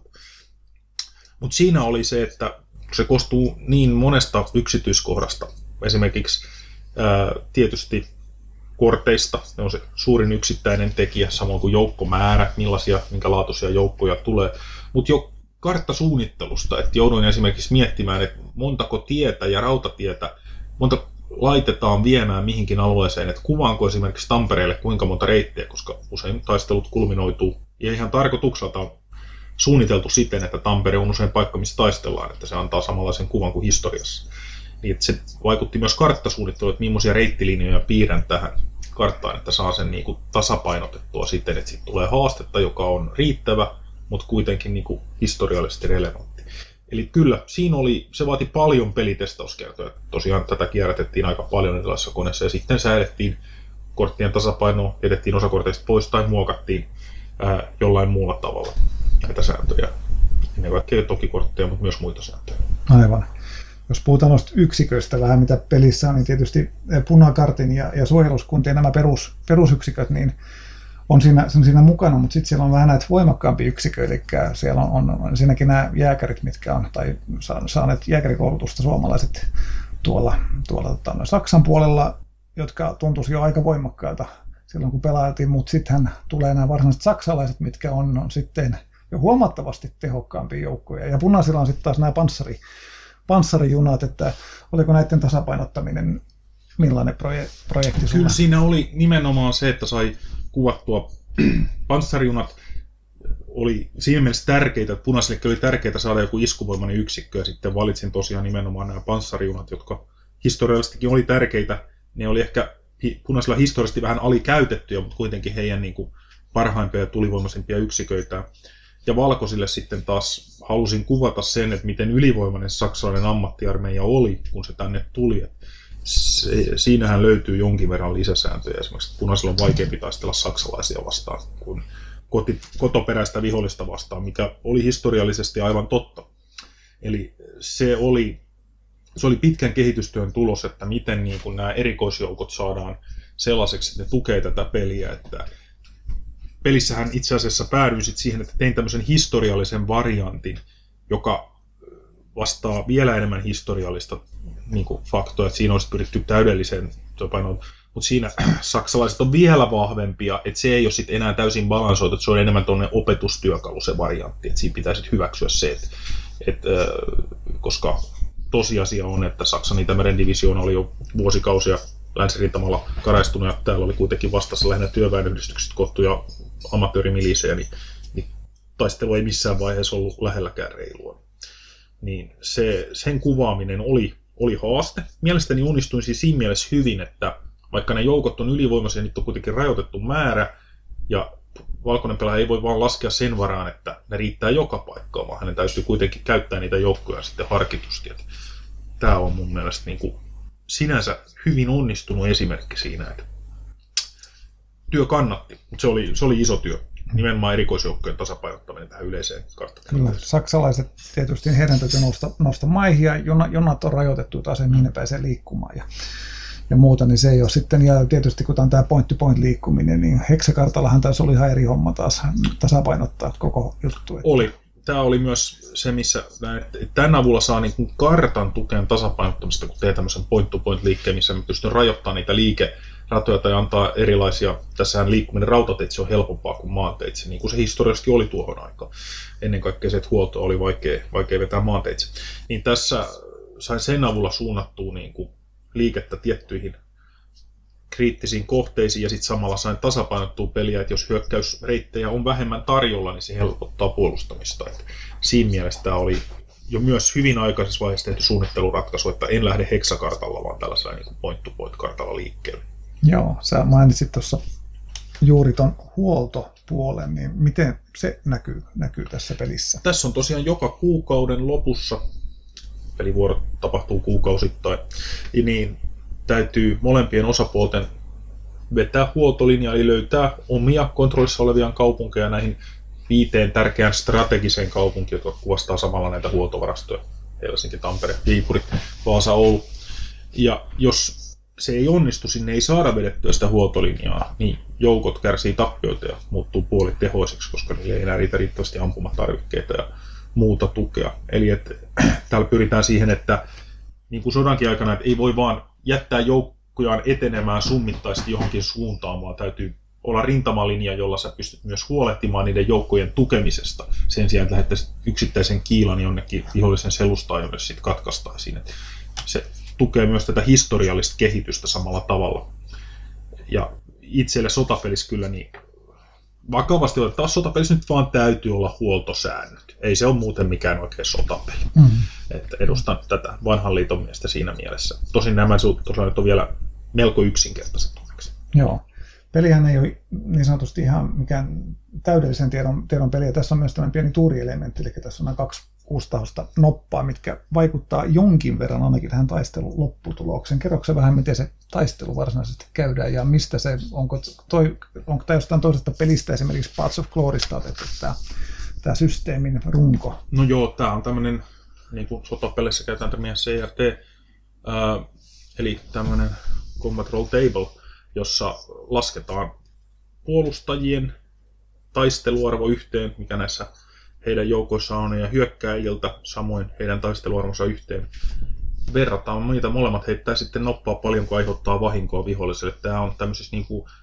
Mutta siinä oli se, että se koostuu niin monesta yksityiskohdasta. Esimerkiksi tietysti korteista, ne on se suurin yksittäinen tekijä, samoin kuin joukkomäärä, minkä laatuisia joukkoja tulee. Mutta jo karttasuunnittelusta, että jouduin esimerkiksi miettimään, että montako tietä ja rautatietä, monta laitetaan viemään mihinkin alueeseen, että kuvaanko esimerkiksi Tampereelle kuinka monta reittiä, koska usein taistelut kulminoituu. Ja ihan tarkoitukselta on suunniteltu siten, että Tampere on usein paikka, missä taistellaan, että se antaa samanlaisen kuvan kuin historiassa. Niin, että se vaikutti myös karttasuunnitteluun, että millaisia reittilinjoja piirrän tähän karttaan, että saa sen niin kuin tasapainotettua siten, että siitä tulee haastetta, joka on riittävä, mutta kuitenkin niin kuin historiallisesti relevantti. Eli kyllä, se vaati paljon pelitestauskertoja. Tosiaan tätä kierrätettiin aika paljon erilaisissa koneissa ja sitten säädettiin korttien tasapainoa, jätettiin osa korteista pois tai muokattiin jollain muulla tavalla näitä sääntöjä. Ennen kaikkea toki kortteja, mutta myös muita sääntöjä. Aivan. Jos puhutaan noista yksiköistä vähän mitä pelissä on, niin tietysti punakartin ja suojeluskuntien nämä perusyksiköt, niin on siinä mukana, mutta sitten siellä on vähän näitä voimakkaampia yksiköitä, eli siellä on siinäkin nämä jääkärit, mitkä on, tai saaneet jääkärikoulutusta suomalaiset tuolla Saksan puolella, jotka tuntuisi jo aika voimakkailta silloin kun pelailtiin, mutta sittenhän tulee nämä varsinaiset saksalaiset, mitkä on sitten jo huomattavasti tehokkaampia joukkoja, ja punaisilla on sitten taas nämä panssarijunat, että oliko näiden tasapainottaminen millainen projekti sulla? Kyllä siinä oli nimenomaan se, että sai kuvattua panssarijunat oli siinä mielessä tärkeitä, että punaisillekin oli tärkeää saada joku iskuvoimainen yksikkö, ja sitten valitsin tosiaan nimenomaan nämä panssarijunat, jotka historiallisestikin oli tärkeitä. Ne oli ehkä punaisilla historiallisesti vähän alikäytettyjä, mutta kuitenkin heidän niin kuin parhaimpia ja tulivoimaisimpia yksiköitä. Ja valkoisille sitten taas halusin kuvata sen, että miten ylivoimainen saksalainen ammattiarmeija oli, kun se tänne tuli. Siinähän löytyy jonkin verran lisäsääntöjä. Esimerkiksi punaisilla on vaikeampi taistella saksalaisia vastaan kuin kotoperäistä vihollista vastaan, mikä oli historiallisesti aivan totta. Eli se oli pitkän kehitystyön tulos, että miten niin kuin nämä erikoisjoukot saadaan sellaiseksi, että ne tukee tätä peliä. Että pelissähän itse asiassa päädyin siihen, että tein tämmöisen historiallisen variantin, joka vastaa vielä enemmän historiallista niin kuin faktoja, että siinä olisi pyritty täydelliseen tapainoon. Mutta siinä saksalaiset on vielä vahvempia, että se ei ole sit enää täysin balansoitu, että se on enemmän tuonne opetustyökalu se variantti, että siinä pitäisi hyväksyä se, että koska tosiasia on, että Saksan Itämeren divisioona oli jo vuosikausia länsirintamalla karaistunut, ja täällä oli kuitenkin vastassa lähinnä työväenyhdistykset kohtuja amatöörimilisejä, niin taistelu ei missään vaiheessa ollut lähelläkään reilua. Niin sen kuvaaminen oli haaste. Mielestäni onnistuin siis siinä mielessä hyvin, että vaikka ne joukot on ylivoimaisia, niitä on kuitenkin rajoitettu määrä, ja valkoinen pelaaja ei voi vaan laskea sen varaan, että ne riittää joka paikkaan, vaan hänen täytyy kuitenkin käyttää niitä joukkoja sitten harkitusti. Tämä on mun mielestä niin kuin sinänsä hyvin onnistunut esimerkki siinä, että työ kannatti, mutta se oli iso työ. Nimenomaan erikoisjoukkojen tasapainottaminen tähän yleiseen karttaan. Kyllä, saksalaiset tietysti heidän täytyy nousta maihin ja jonat on rajoitettu taas, mihin ne pääsee liikkumaan ja muuta, niin se ei ole sitten, ja tietysti kun tämä point-to-point liikkuminen, niin heksakartallahan taisi oli ihan eri homma taas tasapainottaa koko juttu. Oli. Tämä oli myös se, missä tämän avulla saa niin kuin kartan tukeen tasapainottamista, kun teet tämmöisen point-to-point liikkeen, missä me pystyy rajoittamaan niitä liikeratoja tai antaa erilaisia, tässähän liikkuminen rautateitse on helpompaa kuin maanteitse, niin kuin se historiallisesti oli tuohon aikaan. Ennen kaikkea se, että huolto oli vaikea vetää maanteitse. Niin tässä sain sen avulla suunnattua niin kuin liikettä tiettyihin kriittisiin kohteisiin ja sitten samalla sain tasapainottua peliä, että jos hyökkäysreittejä on vähemmän tarjolla, niin se helpottaa puolustamista. Että siinä mielessä tämä oli jo myös hyvin aikaisessa vaiheessa tehty suunnitteluratkaisu, että en lähde heksakartalla, vaan tällaisella niin point-to-point-kartalla liikkeelle. Joo, sä mainitsit tuossa juuri tuon huoltopuolen, niin miten se näkyy tässä pelissä? Tässä on tosiaan joka kuukauden lopussa, pelivuorot tapahtuu kuukausittain, niin täytyy molempien osapuolten vetää huoltolinjaa, eli löytää omia kontrollissa olevia kaupunkeja näihin 5 tärkeään strategiseen kaupunkiin, jotka kuvastaa samalla näitä huoltovarastoja. Helsinki, Tampere, Viipuri, Vaasa, Oulu. Ja jos se ei onnistu, sinne ei saada vedettyä sitä huoltolinjaa, niin joukot kärsii tappioita ja muuttuu puolitehoisiksi, koska niille ei enää riitä riittävästi ampumatarvikkeita ja muuta tukea. Eli täällä pyritään siihen, että niin kuin sodankin aikana, että ei voi vaan jättää joukkojaan etenemään summittaisesti johonkin suuntaan, vaan täytyy olla rintamalinja, jolla sä pystyt myös huolehtimaan niiden joukkojen tukemisesta. Sen sijaan, että lähettäisiin yksittäisen kiilan jonnekin vihollisen selustaan, jonne sitten katkaistaan. Se tukee myös tätä historiallista kehitystä samalla tavalla. Ja itselle sotapelissä kyllä niin vakavasti otetaan, sotapelissä nyt vaan täytyy olla huoltosäännöt. Ei se ole muuten mikään oikein sotapeli. Mm-hmm. Että edustan tätä vanhan liiton miestä siinä mielessä. Tosin nämä tosiaan nyt on vielä melko yksinkertaiset onneksi. Joo. Pelihän ei ole niin sanotusti ihan mikään täydellisen tiedon peli. Tässä on myös tämmöinen pieni tuurielementti, eli tässä on nämä 2 kuusitahoista noppaa, mitkä vaikuttaa jonkin verran ainakin tähän taistelun lopputulokseen. Kerroksä vähän, miten se taistelu varsinaisesti käydään ja mistä se, onko tämä jostain toisesta pelistä, esimerkiksi Paths of Glorysta otettu tämä systeemin runko? No joo, tämä on tämmöinen, niin kuin sotapeleissä käytetään tämmöinen CRT, eli tämmöinen Combat Roll Table, jossa lasketaan puolustajien taisteluarvo yhteen, mikä näissä heidän joukoissaan on, ja hyökkääjiltä samoin heidän taisteluarvonsa yhteen. Verrataan niitä, molemmat heittää sitten noppaa paljonko aiheuttaa vahinkoa viholliselle. Tämä on tämmöisessä niin kuin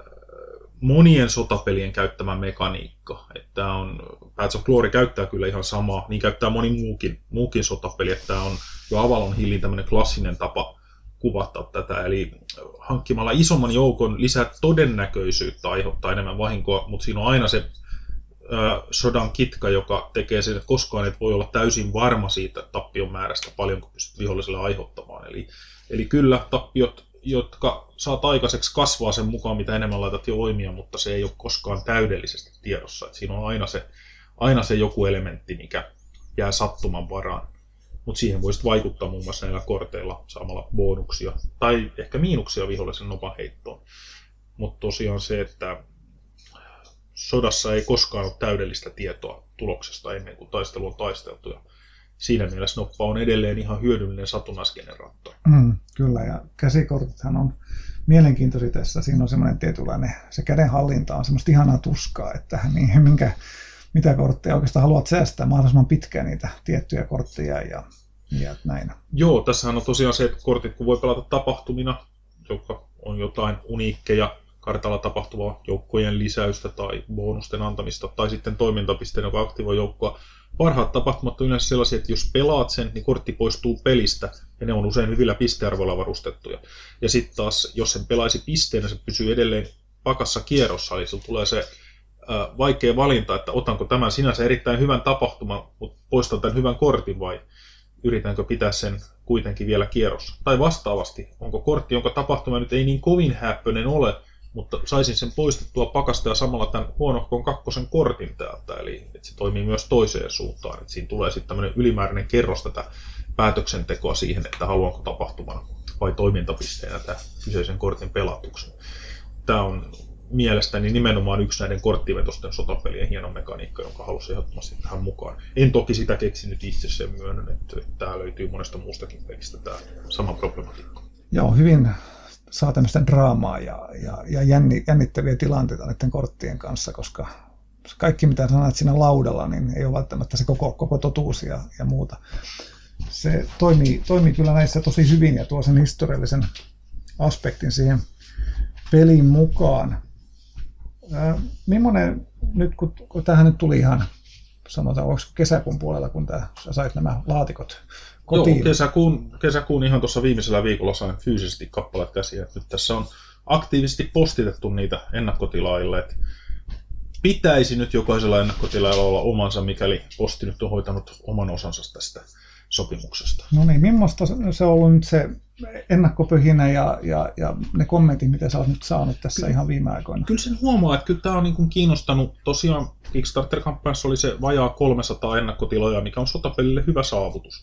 monien sotapelien käyttämä mekaniikka. Että Paths of Glory käyttää kyllä ihan samaa, niin käyttää moni muukin sotapeli. Että tämä on jo Avalon Hillin tämmöinen klassinen tapa kuvata tätä, eli hankkimalla isomman joukon lisää todennäköisyyttä aiheuttaa enemmän vahinkoa, mutta siinä on aina se sodan kitka, joka tekee sen, että koskaan et voi olla täysin varma siitä tappion määrästä, paljonko pystyt viholliselle aiheuttamaan. Eli kyllä tappiot, jotka saat aikaiseksi, kasvaa sen mukaan, mitä enemmän laitat jo voimia, mutta se ei ole koskaan täydellisesti tiedossa. Et siinä on aina se joku elementti, mikä jää sattuman varaan. Mutta siihen voisit vaikuttaa muun muassa näillä korteilla saamalla bonuksia tai ehkä miinuksia vihollisen nopan heittoon. Mutta tosiaan se, että sodassa ei koskaan ole täydellistä tietoa tuloksesta ennen kuin taistelu on taisteltu. Ja siinä mielessä noppa on edelleen ihan hyödyllinen satunnaisgeneraattori. Kyllä, ja käsikortithan on mielenkiintoisia tässä. Siinä on semmoinen tietynlainen, se kädenhallinta on semmoista ihanaa tuskaa, että mitä kortteja oikeastaan haluat säästää mahdollisimman pitkään niitä tiettyjä kortteja ja näin. Joo, tässähän on tosiaan se, että kortit kun voi pelata tapahtumina, jotka on jotain uniikkeja, kartalla tapahtuvaa joukkojen lisäystä tai bonusten antamista, tai sitten toimintapisteen, joka aktivoi joukkoa. Parhaat tapahtumat on yleensä sellaisia, että jos pelaat sen, niin kortti poistuu pelistä, ja ne on usein hyvillä pistearvoilla varustettuja. Ja sitten taas, jos sen pelaisi pisteenä, se pysyy edelleen pakassa kierrossa, eli sulla tulee se vaikea valinta, että otanko tämän sinänsä erittäin hyvän tapahtuman, mutta poistan tämän hyvän kortin, vai yritänkö pitää sen kuitenkin vielä kierrossa. Tai vastaavasti, onko kortti, jonka tapahtuma nyt ei niin kovin häppöinen ole, mutta saisin sen poistettua pakasta ja samalla tämän huonohkon 2 kortin täältä, eli että se toimii myös toiseen suuntaan. Että siinä tulee sitten tämmöinen ylimääräinen kerros tätä päätöksentekoa siihen, että haluanko tapahtuman vai toimintapisteenä tämä kyseisen kortin pelatuksen. Tämä on mielestäni nimenomaan yksi näiden korttivetosten sotapelien hieno mekaniikka, jonka halusin ehdottomasti tähän mukaan. En toki sitä keksinyt itse, sen myönnän, että tämä löytyy monesta muustakin pelistä, tämä sama problematiikka. Joo, hyvin saa tämmöistä draamaa ja jännittäviä tilanteita näiden korttien kanssa, koska kaikki mitä sanat siinä laudalla, niin ei ole välttämättä se koko totuus ja muuta. Se toimii kyllä näissä tosi hyvin ja tuo sen historiallisen aspektin siihen pelin mukaan. Millainen, nyt kun tämähän nyt tuli ihan, sanotaan, onko kesäkuun puolella, kun sä sait nämä laatikot kotiin? Joo, kesäkuun ihan tuossa viimeisellä viikolla sain fyysisesti kappaleet käsiä. Nyt tässä on aktiivisesti postitettu niitä ennakkotilaajille. Että pitäisi nyt jokaisella ennakkotilaajalla olla omansa, mikäli posti nyt on hoitanut oman osansa tästä sopimuksesta. No niin, millaista se on ollut nyt se ennakkopöhinä ja ne kommentit, mitä sä oot nyt saanut tässä ihan viime aikoina? Kyllä sen huomaa, että kyllä tämä on niin kuin kiinnostanut. Tosiaan Kickstarter-kampanjassa oli se vajaa 300 ennakkotilaajaa, mikä on sotapelille hyvä saavutus.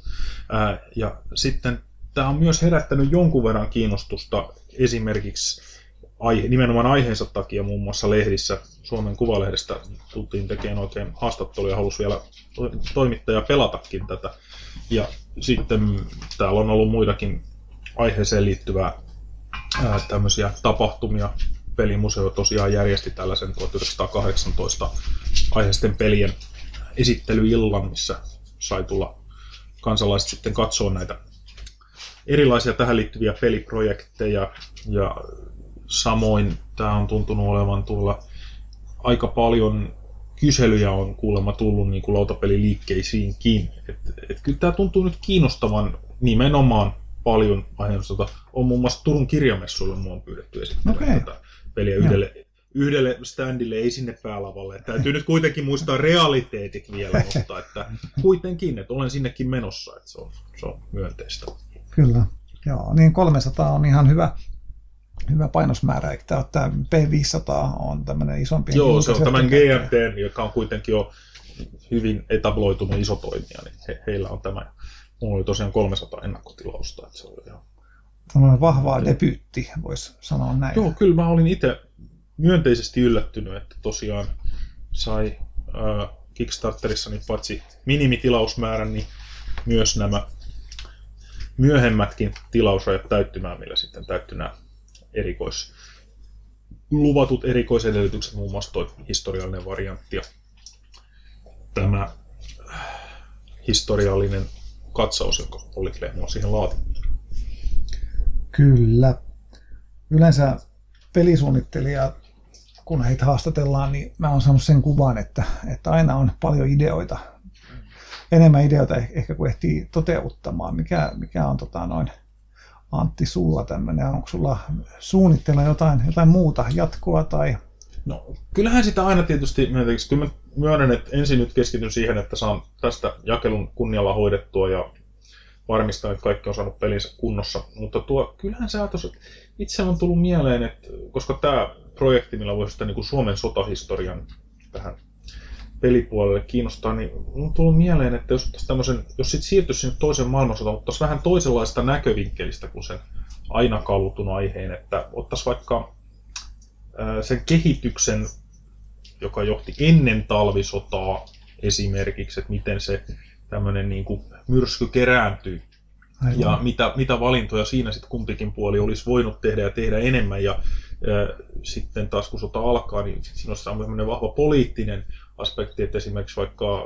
Ja sitten tämä on myös herättänyt jonkun verran kiinnostusta esimerkiksi nimenomaan aiheensa takia, muun muassa lehdissä, Suomen Kuvalehdestä tultiin tekemään oikein haastatteluja ja halusi vielä toimittaja pelatakin tätä. Ja sitten täällä on ollut muitakin aiheeseen liittyvää tämmöisiä tapahtumia. Pelimuseo tosiaan järjesti tällaisen 1918 aiheisten pelien esittelyillan, missä sai tulla kansalaiset sitten katsoa näitä erilaisia tähän liittyviä peliprojekteja. Ja samoin tämä on tuntunut olevan tuolla aika paljon kyselyjä on kuulemma tullut niin kuin lautapeliliikkeisiinkin. Et kyllä tämä tuntuu nyt kiinnostavan nimenomaan paljon aiheesta. On muun muassa Turun kirjamessuille mua on pyydetty esittelemään tätä peliä yhdelle standille, ei sinne päälavalle. Täytyy nyt kuitenkin muistaa realiteetit vielä, mutta että kuitenkin, että olen sinnekin menossa, että se on myönteistä. Kyllä, joo, niin 300 on ihan hyvä painosmäärä, eikö tämä P500 on tämmöinen isompi? Joo, se on tämän GMT, joka on kuitenkin jo hyvin etabloitunut iso toimija, niin heillä on tämä. Mulla oli tosiaan 300 ennakkotilausta, että se oli ihan tämmöinen vahvaa debyytti, voisi sanoa näin. Joo, kyllä mä olin itse myönteisesti yllättynyt, että tosiaan sai Kickstarterissa niin paitsi minimitilausmäärän, niin myös nämä myöhemmätkin tilausrajat täyttymään, millä sitten täyttyi nämä luvatut erikoisedellytykset, muun muassa tuo historiallinen variantti ja tämä historiallinen katsaus, jonka Olli Lehmo on siihen laatinut. Kyllä. Yleensä pelisuunnittelijat, kun heitä haastatellaan, niin mä oon saanut sen kuvan, että aina on paljon ideoita. Enemmän ideoita ehkä kuin ehtii toteuttamaan. Mikä on Antti sulla tämmöinen? Onko sulla suunnitteilla jotain muuta jatkoa tai? No, kyllähän sitä aina tietysti myönteeksi. Kyllä mä myönnän, että ensin nyt keskityn siihen, että saan tästä jakelun kunnialla hoidettua ja varmistan, että kaikki on saanut pelinsä kunnossa. Mutta kyllähän se ajatus, että itse on tullut mieleen, että koska tämä projekti, millä voisi sitä niin kuin Suomen sotahistorian tähän pelipuolelle kiinnostaa, niin on tullut mieleen, että jos sit siirtyisi sinne toisen maailmansotaan, ottaisi vähän toisenlaista näkövinkkelistä kuin sen aina kallutun aiheen, että ottaisi vaikka sen kehityksen, joka johti ennen talvisotaa esimerkiksi, että miten se tämmöinen niin kuin myrsky kerääntyy. Aivan. Ja mitä valintoja siinä sitten kumpikin puoli olisi voinut tehdä ja tehdä enemmän. Ja sitten taas kun sota alkaa, niin siinä on sellainen vahva poliittinen aspekti, että esimerkiksi vaikka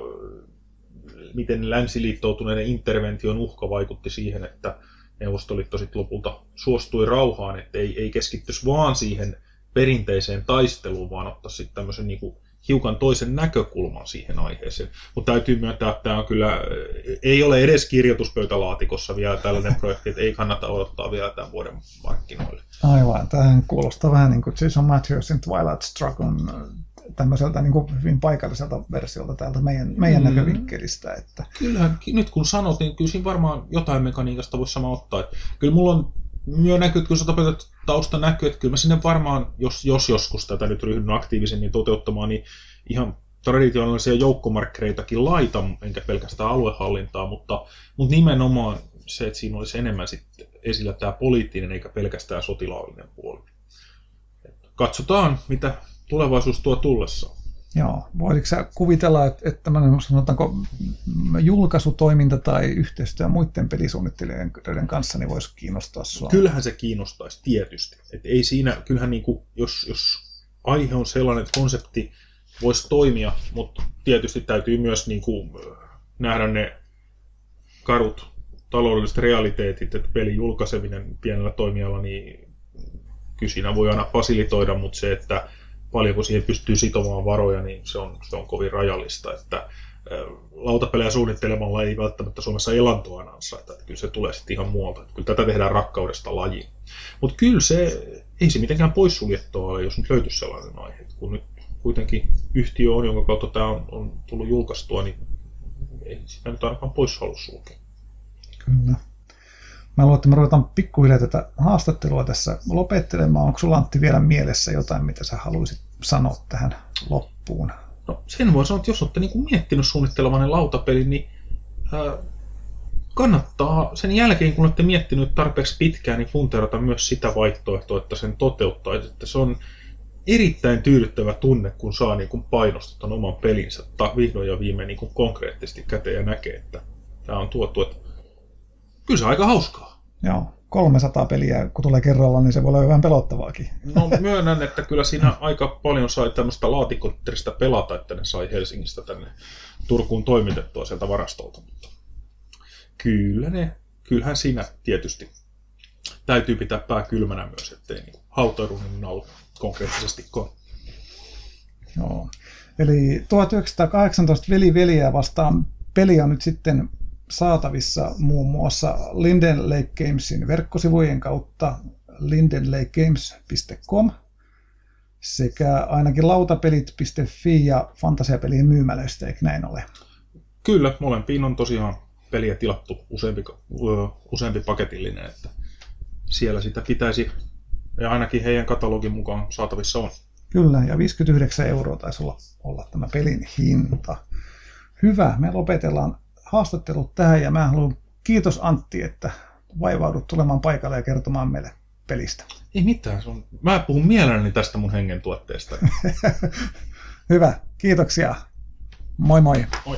miten länsiliittoutuneiden intervention uhka vaikutti siihen, että Neuvostoliitto sitten lopulta suostui rauhaan, että ei keskittyisi vaan siihen perinteiseen taisteluun, vaan ottaisi sitten tämmöisen niin kuin hiukan toisen näkökulman siihen aiheeseen. Mutta täytyy myöntää, että tämä on kyllä, ei ole edes kirjoituspöytälaatikossa vielä tällainen projekti, että ei kannata odottaa vielä tämän vuoden markkinoille. Aivan, tämähän kuulostaa vähän niin kuin Jason Matthewsin Twilight Struggle tämmöiseltä niin kuin hyvin paikalliselta versiolta täältä meidän näkövinkkelistä. Että kyllähän, nyt kun sanot, niin kyllä siinä varmaan jotain mekaniikasta voisi sama ottaa. Että kyllä mulla on myö näkyy, että kun sotapelin tausta näkyy, että kyllä mä sinne varmaan, jos joskus tätä nyt ryhdyn aktiivisemmin toteuttamaan, niin ihan traditionaalisia joukkomarkkereitakin laitan, enkä pelkästään aluehallintaa, mutta nimenomaan se, että siinä olisi enemmän sitten esillä tämä poliittinen eikä pelkästään sotilaallinen puoli. Katsotaan, mitä tulevaisuus tuo tullessaan. Joo, voisitko sä kuvitella, että tämmöinen, sanotaanko, julkaisutoiminta tai yhteistyö muiden pelisuunnittelijoiden kanssa niin voisi kiinnostaa sua? Kyllähän se kiinnostaisi tietysti. Et ei siinä, kyllähän niinku, jos aihe on sellainen, että konsepti voisi toimia, mutta tietysti täytyy myös niinku nähdä ne karut taloudelliset realiteetit, että pelin julkaiseminen pienellä toimijalla, niin kyllä siinä voi aina fasilitoida, mutta se, että paljonko siihen pystyy sitomaan varoja, niin se on kovin rajallista. Että lautapelejä suunnittelemalla ei välttämättä Suomessa elantoa ansaita, että kyllä se tulee sitten ihan muualta. Kyllä tätä tehdään rakkaudesta lajiin. Mutta kyllä ei se mitenkään poissuljettua ole, jos nyt löytyisi sellainen aihe. Kun nyt kuitenkin yhtiö on, jonka kautta tämä on tullut julkaistua, niin ei sitä nyt ainakaan pois halua sulkea. Kyllä. Mä luulen, että me ruvetaan pikkuhiljaa tätä haastattelua tässä lopettelemaan. Onko sulla, Antti, vielä mielessä jotain, mitä sä haluaisit sanoa tähän loppuun? No sen voi sanoa, että jos olette niin miettinyt suunnittelevanne lautapelin, niin kannattaa sen jälkeen, kun olette miettinyt tarpeeksi pitkään, niin funteerata myös sitä vaihtoehtoa, että sen toteuttaa. Että se on erittäin tyydyttävä tunne, kun saa niin kuin painostettua oman pelinsä vihdoin ja viimein niin kuin konkreettisesti käteen ja näkee, että tämä on tuotu. Että kyllä se on aika hauskaa. Joo, 300 peliä, kun tulee kerralla, niin se voi olla vähän pelottavaakin. No myönnän, että kyllä siinä aika paljon sai tämmöistä laatikotterista pelata, että ne sai Helsingistä tänne Turkuun toimitettua sieltä varastolta. Mutta kyllähän siinä tietysti täytyy pitää pää kylmänä myös, ettei niin hautoidu niin naulu konkreettisesti koe. Joo. Eli 1918 veli-veliä vastaan peli on nyt sitten saatavissa muun muassa Linden Lake Gamesin verkkosivujen kautta lindenlakegames.com sekä ainakin lautapelit.fi ja fantasiapelien myymälöistä, eikö näin ole? Kyllä, molempiin on tosiaan peliä tilattu useampi paketillinen, että siellä sitä pitäisi, ja ainakin heidän katalogin mukaan saatavissa on. Kyllä, ja 59 € taisi olla tämä pelin hinta. Hyvä, me lopetellaan haastattelut tähän, ja mä haluan kiitos, Antti, että vaivaudut tulemaan paikalle ja kertomaan meille pelistä. Ei mitään, mä puhun mielelläni tästä mun hengen tuotteesta. Hyvä, kiitoksia. Moi moi. Moi.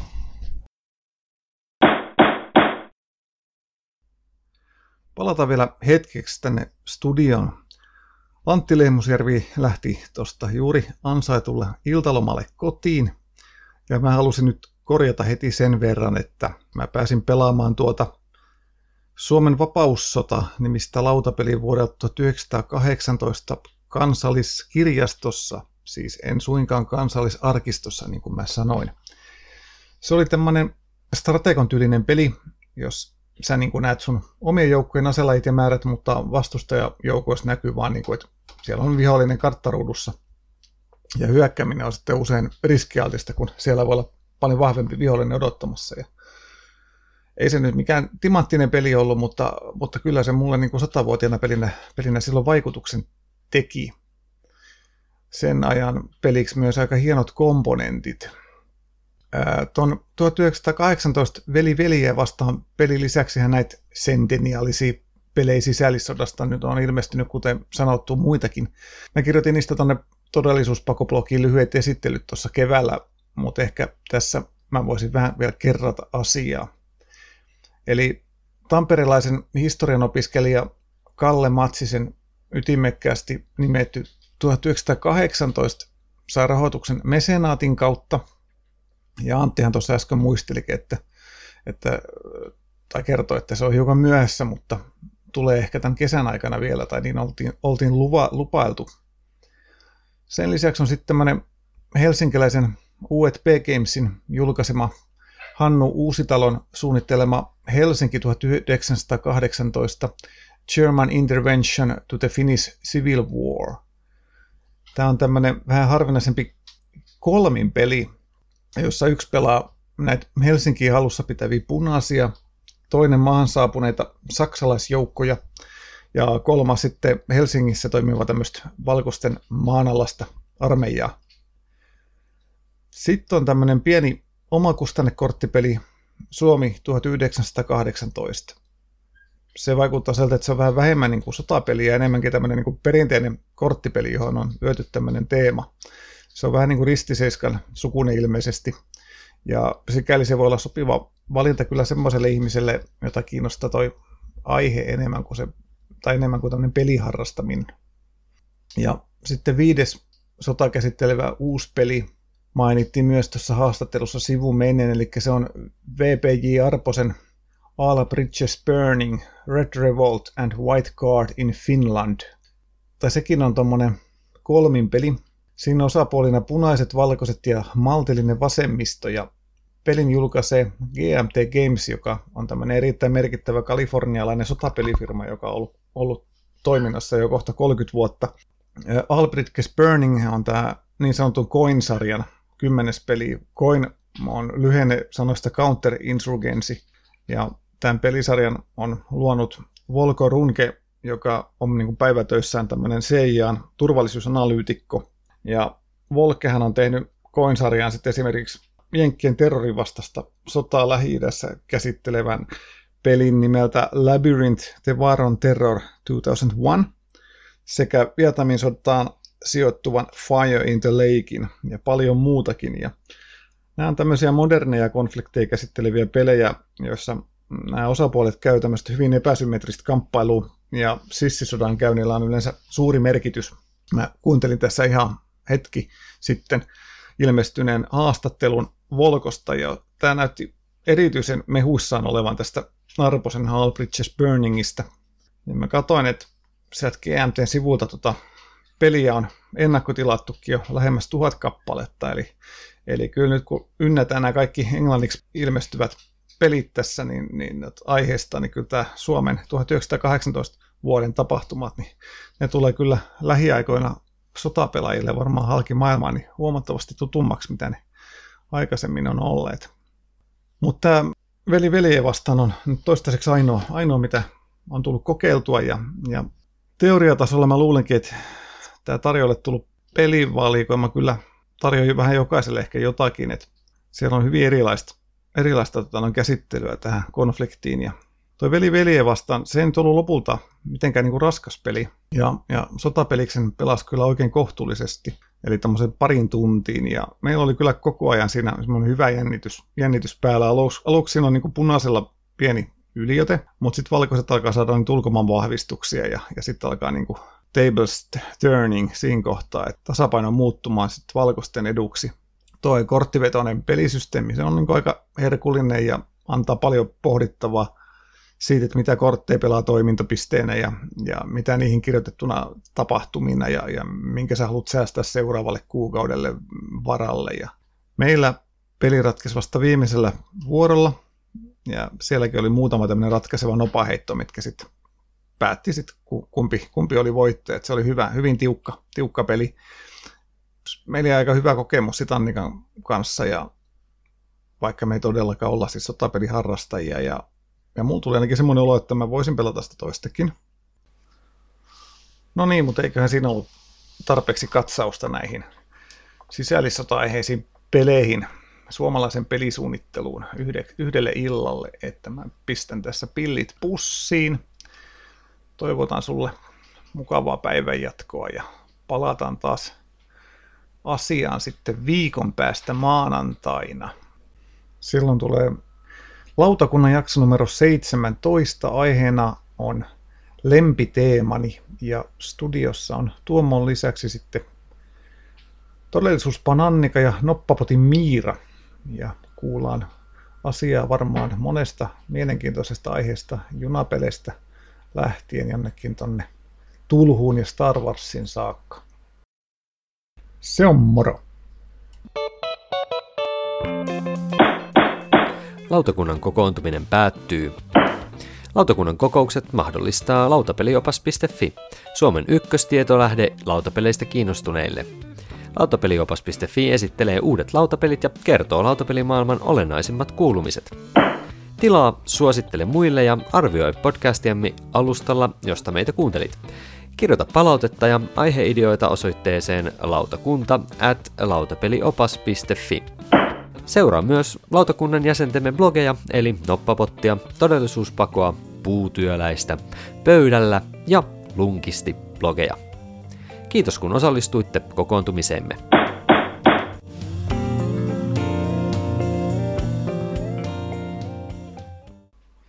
Palataan vielä hetkeksi tänne studioon. Antti Lehmusjärvi lähti tuosta juuri ansaitulle iltalomalle kotiin, ja mä halusin nyt korjata heti sen verran, että mä pääsin pelaamaan tuota Suomen vapaussota-nimistä lautapeliä vuodelta 1918 Kansalliskirjastossa, siis en suinkaan Kansallisarkistossa, niin kuin mä sanoin. Se oli tämmöinen strategon tyylinen peli, jos sä niin kuin näet sun omien joukkojen aselajit ja määrät, mutta vastustajajoukoissa näkyy vaan, niin kuin, että siellä on vihollinen karttaruudussa. Ja hyökkääminen on sitten usein riskialtista, kun siellä voi olla paljon vahvempi vihollinen odottamassa. Ja ei se nyt mikään timanttinen peli ollut, mutta kyllä se mulle niin kuin 100-vuotiaana pelinä silloin vaikutuksen teki. Sen ajan peliksi myös aika hienot komponentit. Tuon 1918 veli-veliä vastaan pelin lisäksi näitä senteniaalisia pelejä sisällissodasta nyt on ilmestynyt, kuten sanottu, muitakin. Mä kirjoitin niistä tuonne todellisuuspakoblogiin lyhyet esittelyt tuossa keväällä, mutta ehkä tässä mä voisin vähän vielä kerrata asiaa. Eli tamperelaisen historianopiskelija Kalle Matsisen ytimekkäästi nimetty 1918 sai rahoituksen mesenaatin kautta. Ja Anttihan tuossa äsken muistelikin, tai kertoi, että se on hiukan myöhässä, mutta tulee ehkä tämän kesän aikana vielä, tai niin oltiin lupailtu. Sen lisäksi on sitten tämmöinen helsinkiläisen U&P Gamesin julkaisema Hannu Uusitalon suunnittelema Helsinki 1918 German Intervention to the Finnish Civil War. Tämä on tämmöinen vähän harvinaisempi kolmin peli, jossa yksi pelaa näitä Helsinkiin hallussa pitäviä punaisia, toinen maahan saapuneita saksalaisjoukkoja ja kolmas sitten Helsingissä toimiva tämmöistä valkoisten maanalasta armeijaa. Sitten on tämmöinen pieni omakustannekorttipeli Suomi 1918. se vaikuttaa sieltä, että se on vähän vähemmän niin kuin sotapeli ja enemmänkin tämmöinen niin kuin perinteinen korttipeli, johon on lyöty tämmöinen teema. Se on vähän niin kuin ristiseiskan sukunen ilmeisesti. Ja sikäli se voi olla sopiva valinta kyllä semmoiselle ihmiselle, jota kiinnostaa toi aihe enemmän kuin tämmöinen peliharrastaminen. Ja sitten 5. sota käsittelevä uusi peli mainittiin myös tuossa haastattelussa sivumennen, eli se on VPJ Arposen All Bridges Burning, Red Revolt and White Guard in Finland. Tai sekin on tommonen 3 peli. Siinä osapuolina punaiset, valkoiset ja maltillinen vasemmisto, ja pelin julkaisee GMT Games, joka on tämmöinen erittäin merkittävä kalifornialainen sotapelifirma, joka on ollut toiminnassa jo kohta 30 vuotta. All Bridges Burning on tämä niin sanotun Coin-sarjan 10. peli. Coin on lyhenne sanoista Counter-Insurgency, ja tämän pelisarjan on luonut Volko Runke, joka on niin kuin päivätöissään tämmöinen CIA:n turvallisuusanalyytikko. Ja Volkehan on tehnyt Coin-sarjaan sitten esimerkiksi Jenkkien terrorin-vastaista sotaa Lähi-idässä käsittelevän pelin nimeltä Labyrinth: The War on Terror 2001 sekä Vietnamin sotaan sijoittuvan Fire in the Lakein ja paljon muutakin. Ja nämä on tämmöisiä moderneja konflikteja käsitteleviä pelejä, joissa nämä osapuolet käy tämmöistä hyvin epäsymmetristä kamppailua, ja sissisodan käynnillä on yleensä suuri merkitys. Mä kuuntelin tässä ihan hetki sitten ilmestyneen haastattelun Volkosta, ja tämä näytti erityisen mehuissaan olevan tästä Arposen All Bridges Burningista. Ja mä katsoin, että sieltä GMT-sivulta peliä on ennakkotilattukin jo lähemmäs 1000 kappaletta, eli kyllä nyt kun ynnätään nämä kaikki englanniksi ilmestyvät pelit tässä niin aiheesta, niin kyllä tämä Suomen 1918 vuoden tapahtumat, niin ne tulee kyllä lähiaikoina sotapelaajille varmaan halki maailmaa niin huomattavasti tutummaksi, mitä ne aikaisemmin on olleet. Mutta tämä Veli vastaan on nyt toistaiseksi ainoa, mitä on tullut kokeiltua, ja teoriatasolla mä luulenkin, että tämä tarjolle tullut pelivalikoima kyllä tarjoaa vähän jokaiselle ehkä jotakin, että siellä on hyvin erilaista käsittelyä tähän konfliktiin, ja toi Veli vastaan, se ei nyt ollut lopulta mitenkään niin kuin raskas peli, ja sotapeliksen pelasi kyllä oikein kohtuullisesti, eli tämmöisen 2 tuntiin, ja meillä oli kyllä koko ajan siinä semmoinen hyvä jännitys päällä. Aluksi siinä on niin kuin punaisella pieni yliote, mutta sitten valkoiset alkaa saada niitä ulkomaan vahvistuksia, ja sitten alkaa niin kuin tables turning siinä kohtaa, että tasapaino muuttumaan sitten valkoisten eduksi. Toi korttivetoinen pelisysteemi, se on niin kuin aika herkullinen ja antaa paljon pohdittavaa siitä, että mitä kortteja pelaa toimintopisteenä ja mitä niihin kirjoitettuna tapahtumina ja minkä sä haluat säästää seuraavalle kuukaudelle varalle. Ja meillä peli ratkaisi vasta viimeisellä vuorolla, ja sielläkin oli muutama tämmöinen ratkaiseva nopaheitto, mitkä sitten päätti sitten kumpi oli voittaja. Se oli hyvin tiukka peli. Meillä oli aika hyvä kokemus sit Annikan kanssa, ja vaikka me ei todellakaan olla siis sotapeliharrastajia, ja mulla tuli ainakin semmoinen olo, että mä voisin pelata sitä toistakin. No niin, mutta eiköhän siinä ollut tarpeeksi katsausta näihin sisällissota-aiheisiin peleihin, suomalaisen pelisuunnitteluun yhdelle illalle, että mä pistän tässä pillit pussiin. Toivotan sulle mukavaa päivänjatkoa ja palataan taas asiaan sitten viikon päästä maanantaina. Silloin tulee lautakunnan jakso numero 17. Aiheena on lempiteemani, ja studiossa on Tuomon lisäksi sitten todellisuuspan Annika ja Noppapotin Miira, ja kuullaan asiaa varmaan monesta mielenkiintoisesta aiheesta junapeleistä lähtien jonnekin tonne Tulhuun ja Star Warsin saakka. Se on moro! Lautakunnan kokoontuminen päättyy. Lautakunnan kokoukset mahdollistaa lautapeliopas.fi, Suomen ykköstietolähde lautapeleistä kiinnostuneille. Lautapeliopas.fi esittelee uudet lautapelit ja kertoo lautapelimaailman olennaisimmat kuulumiset. Tilaa, suosittele muille ja arvioi podcastiamme alustalla, josta meitä kuuntelit. Kirjoita palautetta ja aiheideoita osoitteeseen lautakunta@lautapeliopas.fi. Seuraa myös lautakunnan jäsentemme blogeja, eli Noppapottia, Todellisuuspakoa, puutyöläistä, pöydällä ja lunkisti blogeja. Kiitos kun osallistuitte kokoontumiseemme.